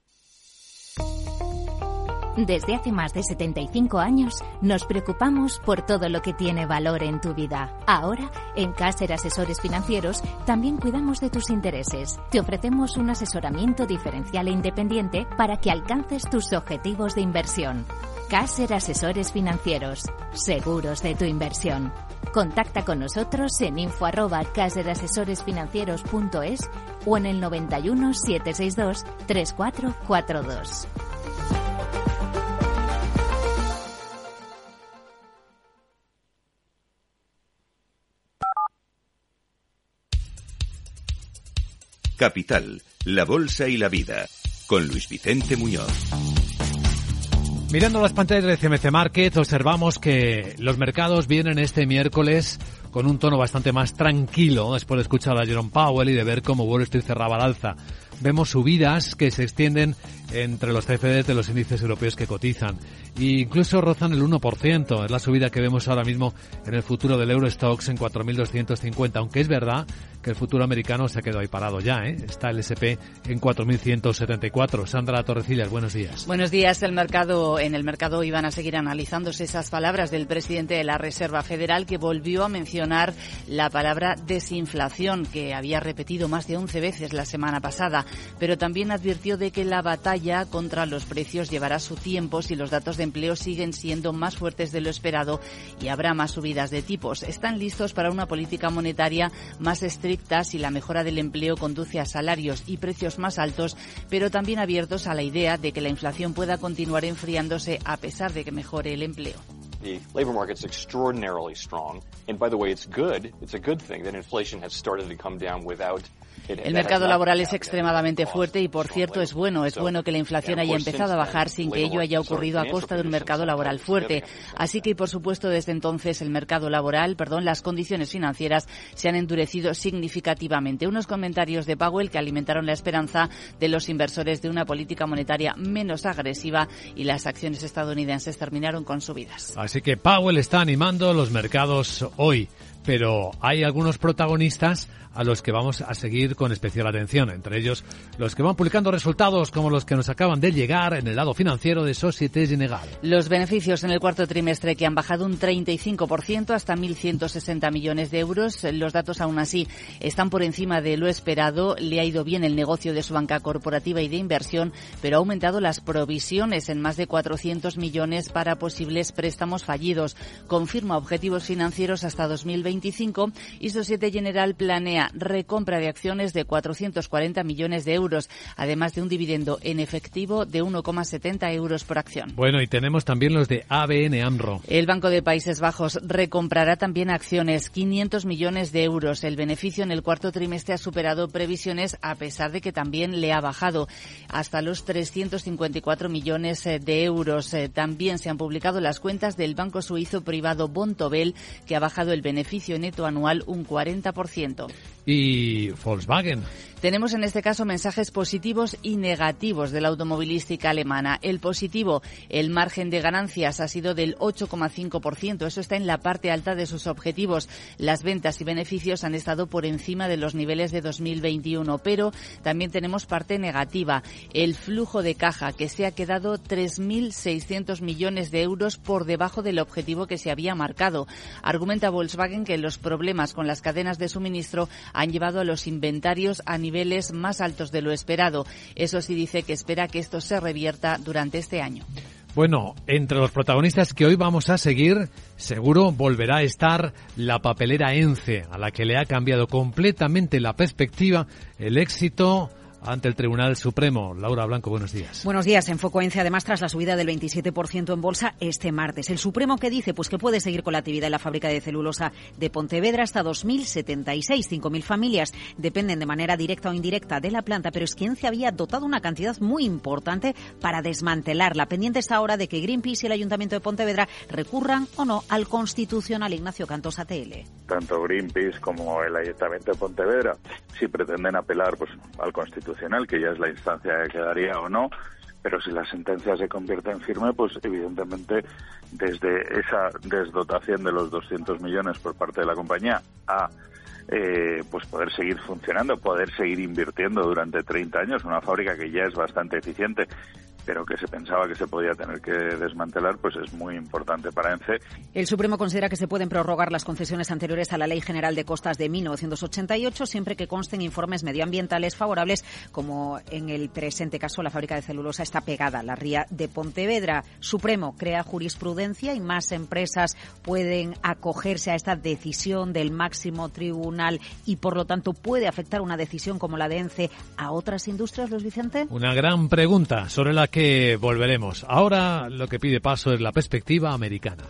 Desde hace más de setenta y cinco años nos preocupamos por todo lo que tiene valor en tu vida. Ahora, en Caser Asesores Financieros, también cuidamos de tus intereses. Te ofrecemos un asesoramiento diferencial e independiente para que alcances tus objetivos de inversión. Caser Asesores Financieros, seguros de tu inversión. Contacta con nosotros en info arroba caserasesoresfinancieros punto es o en el noventa y uno, setecientos sesenta y dos, treinta y cuatro cuarenta y dos. Capital, la bolsa y la vida, con Luis Vicente Muñoz. Mirando las pantallas de C M C Market, observamos que los mercados vienen este miércoles con un tono bastante más tranquilo después de escuchar a Jerome Powell y de ver cómo Wall Street cerraba al alza. Vemos subidas que se extienden entre los C F Ds de los índices europeos que cotizan. E incluso rozan el uno por ciento. Es la subida que vemos ahora mismo en el futuro del Eurostoxx en cuatro mil doscientos cincuenta. Aunque es verdad que el futuro americano se ha quedado ahí parado ya, ¿eh? Está el ese pe en cuatro mil ciento setenta y cuatro. Sandra Torrecillas, buenos días. Buenos días. El mercado, en el mercado iban a seguir analizándose esas palabras del presidente de la Reserva Federal, que volvió a mencionar la palabra desinflación, que había repetido más de once veces la semana pasada. Pero también advirtió de que la batalla contra los precios llevará su tiempo si los datos de empleo siguen siendo más fuertes de lo esperado y habrá más subidas de tipos. Están listos para una política monetaria más estricta si la mejora del empleo conduce a salarios y precios más altos, pero también abiertos a la idea de que la inflación pueda continuar enfriándose a pesar de que mejore el empleo. The labor market's extraordinarily strong, and by the way, it's good. It's a good thing that inflation has started to come down without. El mercado laboral es extremadamente fuerte y, por cierto, es bueno. Es bueno que la inflación haya empezado a bajar sin que ello haya ocurrido a costa de un mercado laboral fuerte. Así que, por supuesto, desde entonces el mercado laboral, perdón, las condiciones financieras se han endurecido significativamente. Unos comentarios de Powell que alimentaron la esperanza de los inversores de una política monetaria menos agresiva y las acciones estadounidenses terminaron con subidas. Así que Powell está animando los mercados hoy. Pero hay algunos protagonistas a los que vamos a seguir con especial atención, entre ellos los que van publicando resultados como los que nos acaban de llegar en el lado financiero de Société Générale. Los beneficios en el cuarto trimestre que han bajado un treinta y cinco por ciento hasta mil ciento sesenta millones de euros. Los datos aún así están por encima de lo esperado. Le ha ido bien el negocio de su banca corporativa y de inversión, pero ha aumentado las provisiones en más de cuatrocientos millones para posibles préstamos fallidos. Confirma objetivos financieros hasta dos mil veinticinco y Société Générale planea recompra de acciones de cuatrocientos cuarenta millones de euros, además de un dividendo en efectivo de uno coma setenta euros por acción. Bueno, y tenemos también los de A B N AMRO. El Banco de Países Bajos recomprará también acciones, quinientos millones de euros. El beneficio en el cuarto trimestre ha superado previsiones, a pesar de que también le ha bajado hasta los trescientos cincuenta y cuatro millones de euros. También se han publicado las cuentas del banco suizo privado Vontobel, que ha bajado el beneficio neto anual un cuarenta por ciento. Y Volkswagen. Tenemos en este caso mensajes positivos y negativos de la automovilística alemana. El positivo, el margen de ganancias ha sido del ocho coma cinco por ciento. Eso está en la parte alta de sus objetivos. Las ventas y beneficios han estado por encima de los niveles de dos mil veintiuno, pero también tenemos parte negativa. El flujo de caja, que se ha quedado tres mil seiscientos millones de euros por debajo del objetivo que se había marcado. Argumenta Volkswagen que que los problemas con las cadenas de suministro han llevado a los inventarios a niveles más altos de lo esperado. Eso sí, dice que espera que esto se revierta durante este año. Bueno, entre los protagonistas que hoy vamos a seguir, seguro volverá a estar la papelera ENCE, a la que le ha cambiado completamente la perspectiva el éxito ante el Tribunal Supremo. Laura Blanco, buenos días. Buenos días. En foco ENCE, además, tras la subida del veintisiete por ciento en bolsa este martes. ¿El Supremo qué dice? Pues que puede seguir con la actividad en la fábrica de celulosa de Pontevedra hasta dos mil setenta y seis. cinco mil familias dependen de manera directa o indirecta de la planta, pero es que ENCE había dotado una cantidad muy importante para desmantelarla. Pendiente está ahora de que Greenpeace y el Ayuntamiento de Pontevedra recurran o no al Constitucional. Ignacio Cantos, A T L. Tanto Greenpeace como el Ayuntamiento de Pontevedra, si pretenden apelar pues al Constitucional, que ya es la instancia que quedaría o no, pero si la sentencia se convierte en firme, pues evidentemente desde esa desdotación de los doscientos millones por parte de la compañía a eh, pues poder seguir funcionando, poder seguir invirtiendo durante treinta años, una fábrica que ya es bastante eficiente, pero que se pensaba que se podía tener que desmantelar, pues es muy importante para ENCE. El Supremo considera que se pueden prorrogar las concesiones anteriores a la Ley General de Costas de mil novecientos ochenta y ocho, siempre que consten informes medioambientales favorables, como en el presente caso la fábrica de celulosa está pegada a la ría de Pontevedra. Supremo crea jurisprudencia y más empresas pueden acogerse a esta decisión del máximo tribunal y, por lo tanto, puede afectar una decisión como la de ENCE a otras industrias, Luis Vicente. Una gran pregunta sobre la que volveremos. Ahora lo que pide paso es la perspectiva americana.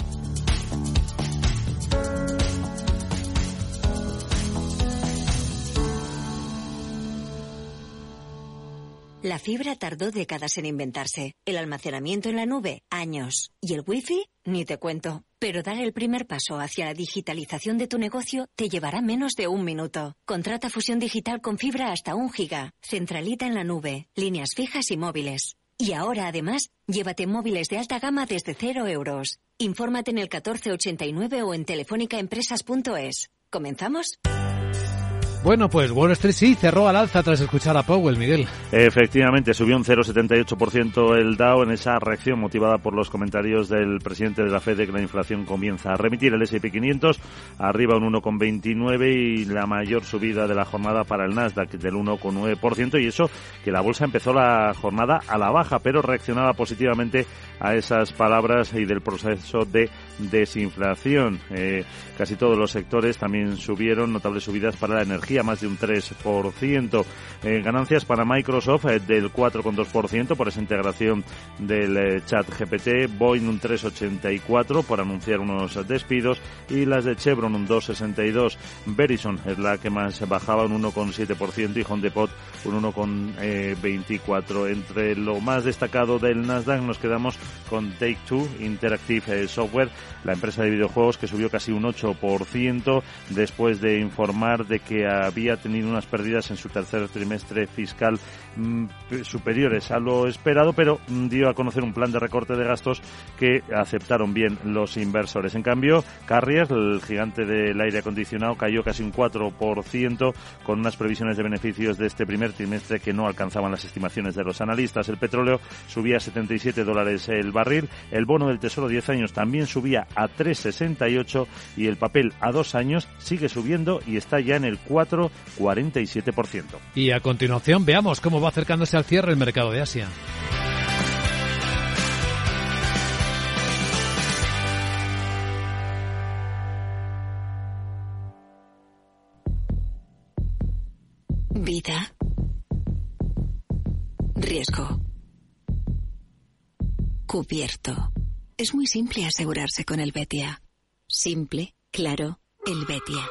La fibra tardó décadas en inventarse. El almacenamiento en la nube, años. Y el wifi, ni te cuento. Pero dar el primer paso hacia la digitalización de tu negocio te llevará menos de un minuto. Contrata fusión digital con fibra hasta un giga. Centralita en la nube, líneas fijas y móviles. Y ahora, además, llévate móviles de alta gama desde cero euros. Infórmate en el catorce ochenta y nueve o en telefónicaempresas punto es. ¿Comenzamos? Bueno, pues Wall Street sí cerró al alza tras escuchar a Powell, Miguel. Efectivamente, subió un cero coma setenta y ocho por ciento el Dow en esa reacción motivada por los comentarios del presidente de la Fed de que la inflación comienza a remitir. El ese y pe quinientos arriba un uno coma veintinueve y la mayor subida de la jornada para el Nasdaq del uno coma nueve por ciento, y eso que la bolsa empezó la jornada a la baja, pero reaccionaba positivamente a esas palabras y del proceso de desinflación. Eh, casi todos los sectores también subieron, notables subidas para la energía, más de un tres por ciento. Eh, ganancias para Microsoft eh, del cuatro coma dos por ciento por esa integración del eh, chat G P T, Boeing un tres coma ochenta y cuatro por anunciar unos despidos y las de Chevron un dos coma sesenta y dos. Verizon es la que más bajaba, un uno coma siete por ciento, y Home Depot un uno coma veinticuatro por ciento. Entre lo más destacado del Nasdaq nos quedamos con Take-Two Interactive eh, Software, la empresa de videojuegos, que subió casi un ocho por ciento después de informar de que había tenido unas pérdidas en su tercer trimestre fiscal mmm, superiores a lo esperado, pero mmm, dio a conocer un plan de recorte de gastos que aceptaron bien los inversores. En cambio, Carrier, el gigante del aire acondicionado, cayó casi un cuatro por ciento con unas previsiones de beneficios de este primer trimestre que no alcanzaban las estimaciones de los analistas. El petróleo subía a setenta y siete dólares el barril, el bono del Tesoro diez años también subía a tres coma sesenta y ocho y el papel a dos años sigue subiendo y está ya en el cuatro coma cuarenta y siete por ciento. Y a continuación veamos cómo va acercándose al cierre el mercado de Asia. Vida. Riesgo. Cubierto. Es muy simple asegurarse con el Betia. Simple, claro, el Betia.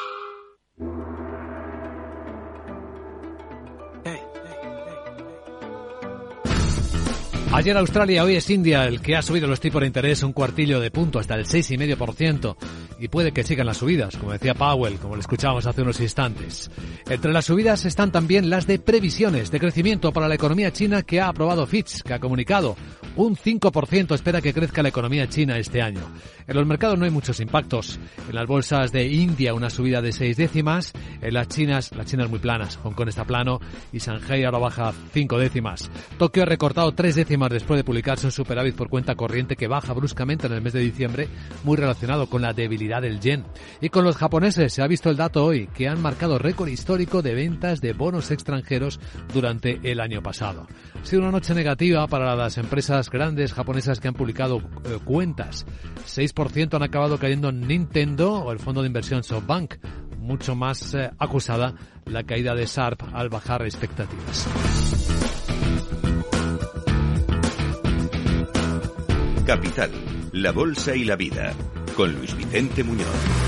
Ayer Australia, hoy es India el que ha subido los tipos de interés un cuartillo de punto hasta el seis coma cinco por ciento y puede que sigan las subidas, como decía Powell, como le escuchábamos hace unos instantes. Entre las subidas están también las de previsiones de crecimiento para la economía china que ha aprobado Fitch, que ha comunicado un cinco por ciento espera que crezca la economía china este año. En los mercados no hay muchos impactos. En las bolsas de India una subida de seis décimas, en las chinas, las chinas muy planas, Hong Kong está plano y Shanghai ahora baja cinco décimas. Tokio ha recortado tres décimas después de publicarse un superávit por cuenta corriente que baja bruscamente en el mes de diciembre, muy relacionado con la debilidad debilidad del yen. Y con los japoneses se ha visto el dato hoy, que han marcado récord histórico de ventas de bonos extranjeros durante el año pasado. Ha sido una noche negativa para las empresas grandes japonesas que han publicado eh, cuentas. seis por ciento han acabado cayendo Nintendo o el fondo de inversión SoftBank. Mucho más eh, acusada la caída de Sharp al bajar expectativas. Capital, la bolsa y la vida, con Luis Vicente Muñoz.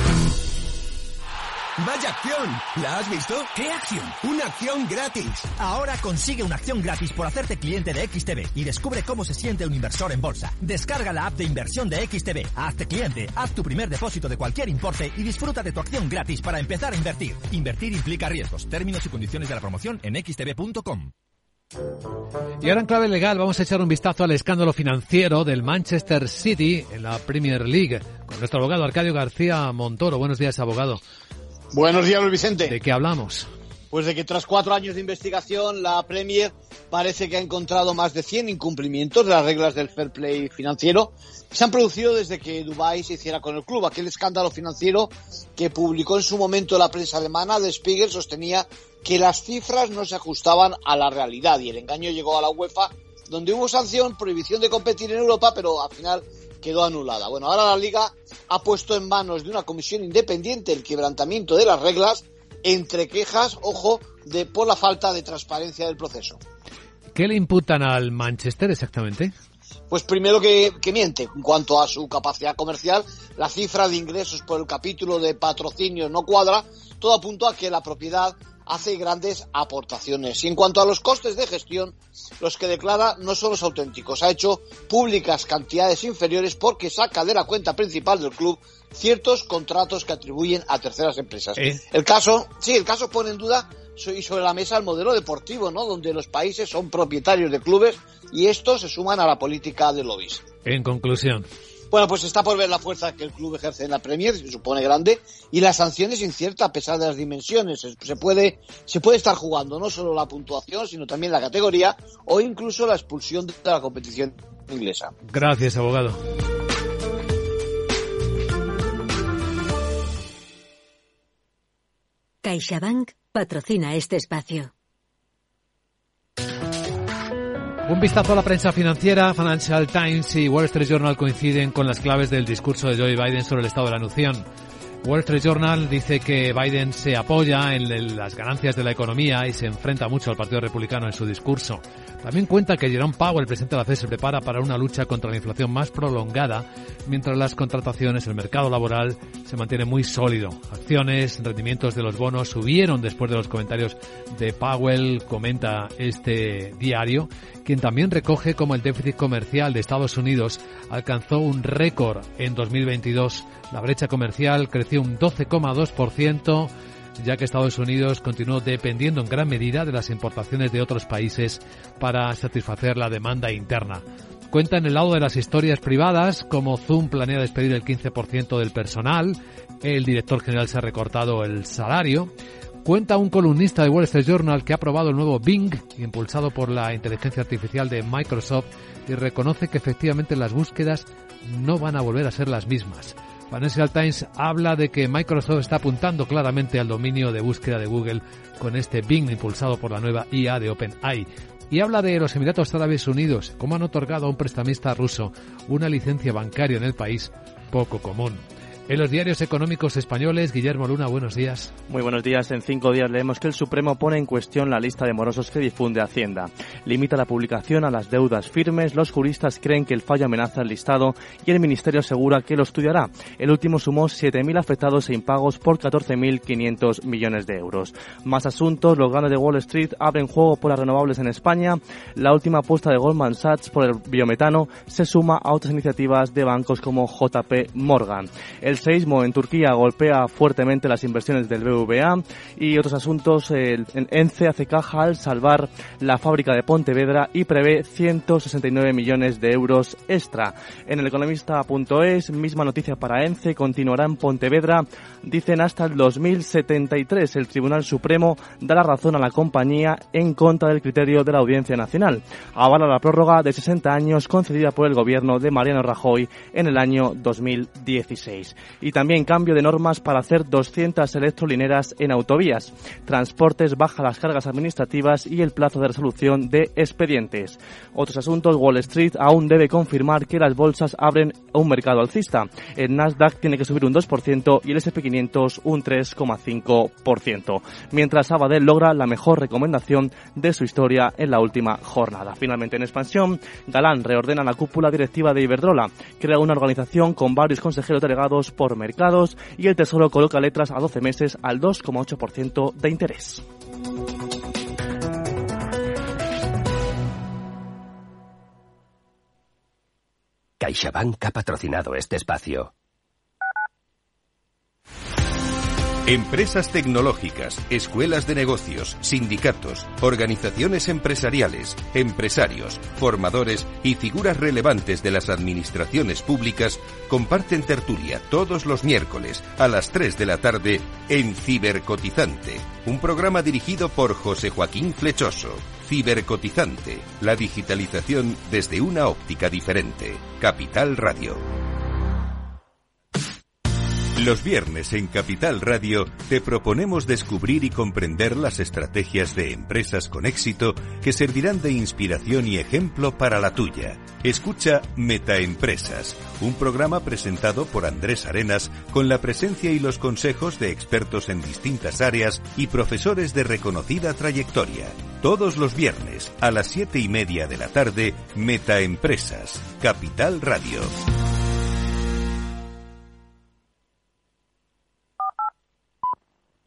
¡Vaya acción! ¿La has visto? ¿Qué acción? ¡Una acción gratis! Ahora consigue una acción gratis por hacerte cliente de X T B y descubre cómo se siente un inversor en bolsa. Descarga la app de inversión de X T B, hazte cliente, haz tu primer depósito de cualquier importe y disfruta de tu acción gratis para empezar a invertir. Invertir implica riesgos. Términos y condiciones de la promoción en x t b punto com. Y ahora en clave legal vamos a echar un vistazo al escándalo financiero del Manchester City en la Premier League con nuestro abogado Arcadio García Montoro. Buenos días, abogado. Buenos días, Luis Vicente. ¿De qué hablamos? Pues de que tras cuatro años de investigación, la Premier parece que ha encontrado más de cien incumplimientos de las reglas del fair play financiero que se han producido desde que Dubái se hiciera con el club. Aquel escándalo financiero que publicó en su momento la prensa alemana, Der Spiegel, sostenía que las cifras no se ajustaban a la realidad y el engaño llegó a la UEFA, donde hubo sanción, prohibición de competir en Europa, pero al final quedó anulada. Bueno, ahora la Liga ha puesto en manos de una comisión independiente el quebrantamiento de las reglas, entre quejas, ojo, de por la falta de transparencia del proceso. ¿Qué le imputan al Manchester exactamente? Pues primero que, que miente en cuanto a su capacidad comercial, la cifra de ingresos por el capítulo de patrocinio no cuadra, todo apunta a que la propiedad hace grandes aportaciones. Y en cuanto a los costes de gestión, los que declara no son los auténticos. Ha hecho públicas cantidades inferiores porque saca de la cuenta principal del club ciertos contratos que atribuyen a terceras empresas. ¿Eh? El caso, sí, el caso pone en duda y sobre la mesa el modelo deportivo, ¿no? Donde los países son propietarios de clubes y estos se suman a la política de lobbies. En conclusión. Bueno, pues está por ver la fuerza que el club ejerce en la Premier, se supone grande, y la sanción es incierta a pesar de las dimensiones. Se puede, se puede estar jugando no solo la puntuación, sino también la categoría o incluso la expulsión de la competición inglesa. Gracias, abogado. CaixaBank patrocina este espacio. Un vistazo a la prensa financiera. Financial Times y Wall Street Journal coinciden con las claves del discurso de Joe Biden sobre el estado de la nación. Wall Street Journal dice que Biden se apoya en las ganancias de la economía y se enfrenta mucho al Partido Republicano en su discurso. También cuenta que Jerome Powell, el presidente de la Fed, se prepara para una lucha contra la inflación más prolongada, mientras las contrataciones, el mercado laboral, se mantiene muy sólido. Acciones, rendimientos de los bonos subieron después de los comentarios de Powell, comenta este diario, quien también recoge cómo el déficit comercial de Estados Unidos alcanzó un récord en dos mil veintidós. La brecha comercial creció un doce coma dos por ciento, ya que Estados Unidos continuó dependiendo en gran medida de las importaciones de otros países para satisfacer la demanda interna. Cuenta en el lado de las historias privadas cómo Zoom planea despedir el quince por ciento del personal, el director general se ha recortado el salario. Cuenta un columnista de Wall Street Journal que ha aprobado el nuevo Bing, impulsado por la inteligencia artificial de Microsoft, y reconoce que efectivamente las búsquedas no van a volver a ser las mismas. Financial Times habla de que Microsoft está apuntando claramente al dominio de búsqueda de Google con este Bing impulsado por la nueva I A de OpenAI. Y habla de los Emiratos Árabes Unidos, cómo han otorgado a un prestamista ruso una licencia bancaria en el país poco común. En los diarios económicos españoles, Guillermo Luna, buenos días. Muy buenos días. En cinco días leemos que el Supremo pone en cuestión la lista de morosos que difunde Hacienda. Limita la publicación a las deudas firmes. Los juristas creen que el fallo amenaza el listado y el Ministerio asegura que lo estudiará. El último sumó siete mil afectados e impagos por catorce mil quinientos millones de euros. Más asuntos. Los grandes de Wall Street abren juego por las renovables en España. La última apuesta de Goldman Sachs por el biometano se suma a otras iniciativas de bancos como J P Morgan. El El seísmo en Turquía golpea fuertemente las inversiones del B B V A y otros asuntos. El ENCE hace caja al salvar la fábrica de Pontevedra y prevé ciento sesenta y nueve millones de euros extra. En el economista punto es, misma noticia para ENCE, continuará en Pontevedra, dicen hasta el dos mil setenta y tres. El Tribunal Supremo da la razón a la compañía en contra del criterio de la Audiencia Nacional. Avala la prórroga de sesenta años concedida por el gobierno de Mariano Rajoy en el año dos mil dieciséis. Y también cambio de normas para hacer doscientas electrolineras en autovías. Transportes baja las cargas administrativas y el plazo de resolución de expedientes. Otros asuntos, Wall Street aún debe confirmar que las bolsas abren un mercado alcista. El Nasdaq tiene que subir un dos por ciento y el ese and pe quinientos un tres coma cinco por ciento. Mientras Sabadell logra la mejor recomendación de su historia en la última jornada. Finalmente, en expansión, Galán reordena la cúpula directiva de Iberdrola, crea una organización con varios consejeros delegados por mercados y el Tesoro coloca letras a doce meses al dos coma ocho por ciento de interés. CaixaBank ha patrocinado este espacio. Empresas tecnológicas, escuelas de negocios, sindicatos, organizaciones empresariales, empresarios, formadores y figuras relevantes de las administraciones públicas comparten tertulia todos los miércoles a las tres de la tarde en Cibercotizante, un programa dirigido por José Joaquín Flechoso. Cibercotizante, la digitalización desde una óptica diferente. Capital Radio. Los viernes en Capital Radio te proponemos descubrir y comprender las estrategias de empresas con éxito que servirán de inspiración y ejemplo para la tuya. Escucha Metaempresas, un programa presentado por Andrés Arenas con la presencia y los consejos de expertos en distintas áreas y profesores de reconocida trayectoria. Todos los viernes a las siete y media de la tarde, Metaempresas, Capital Radio.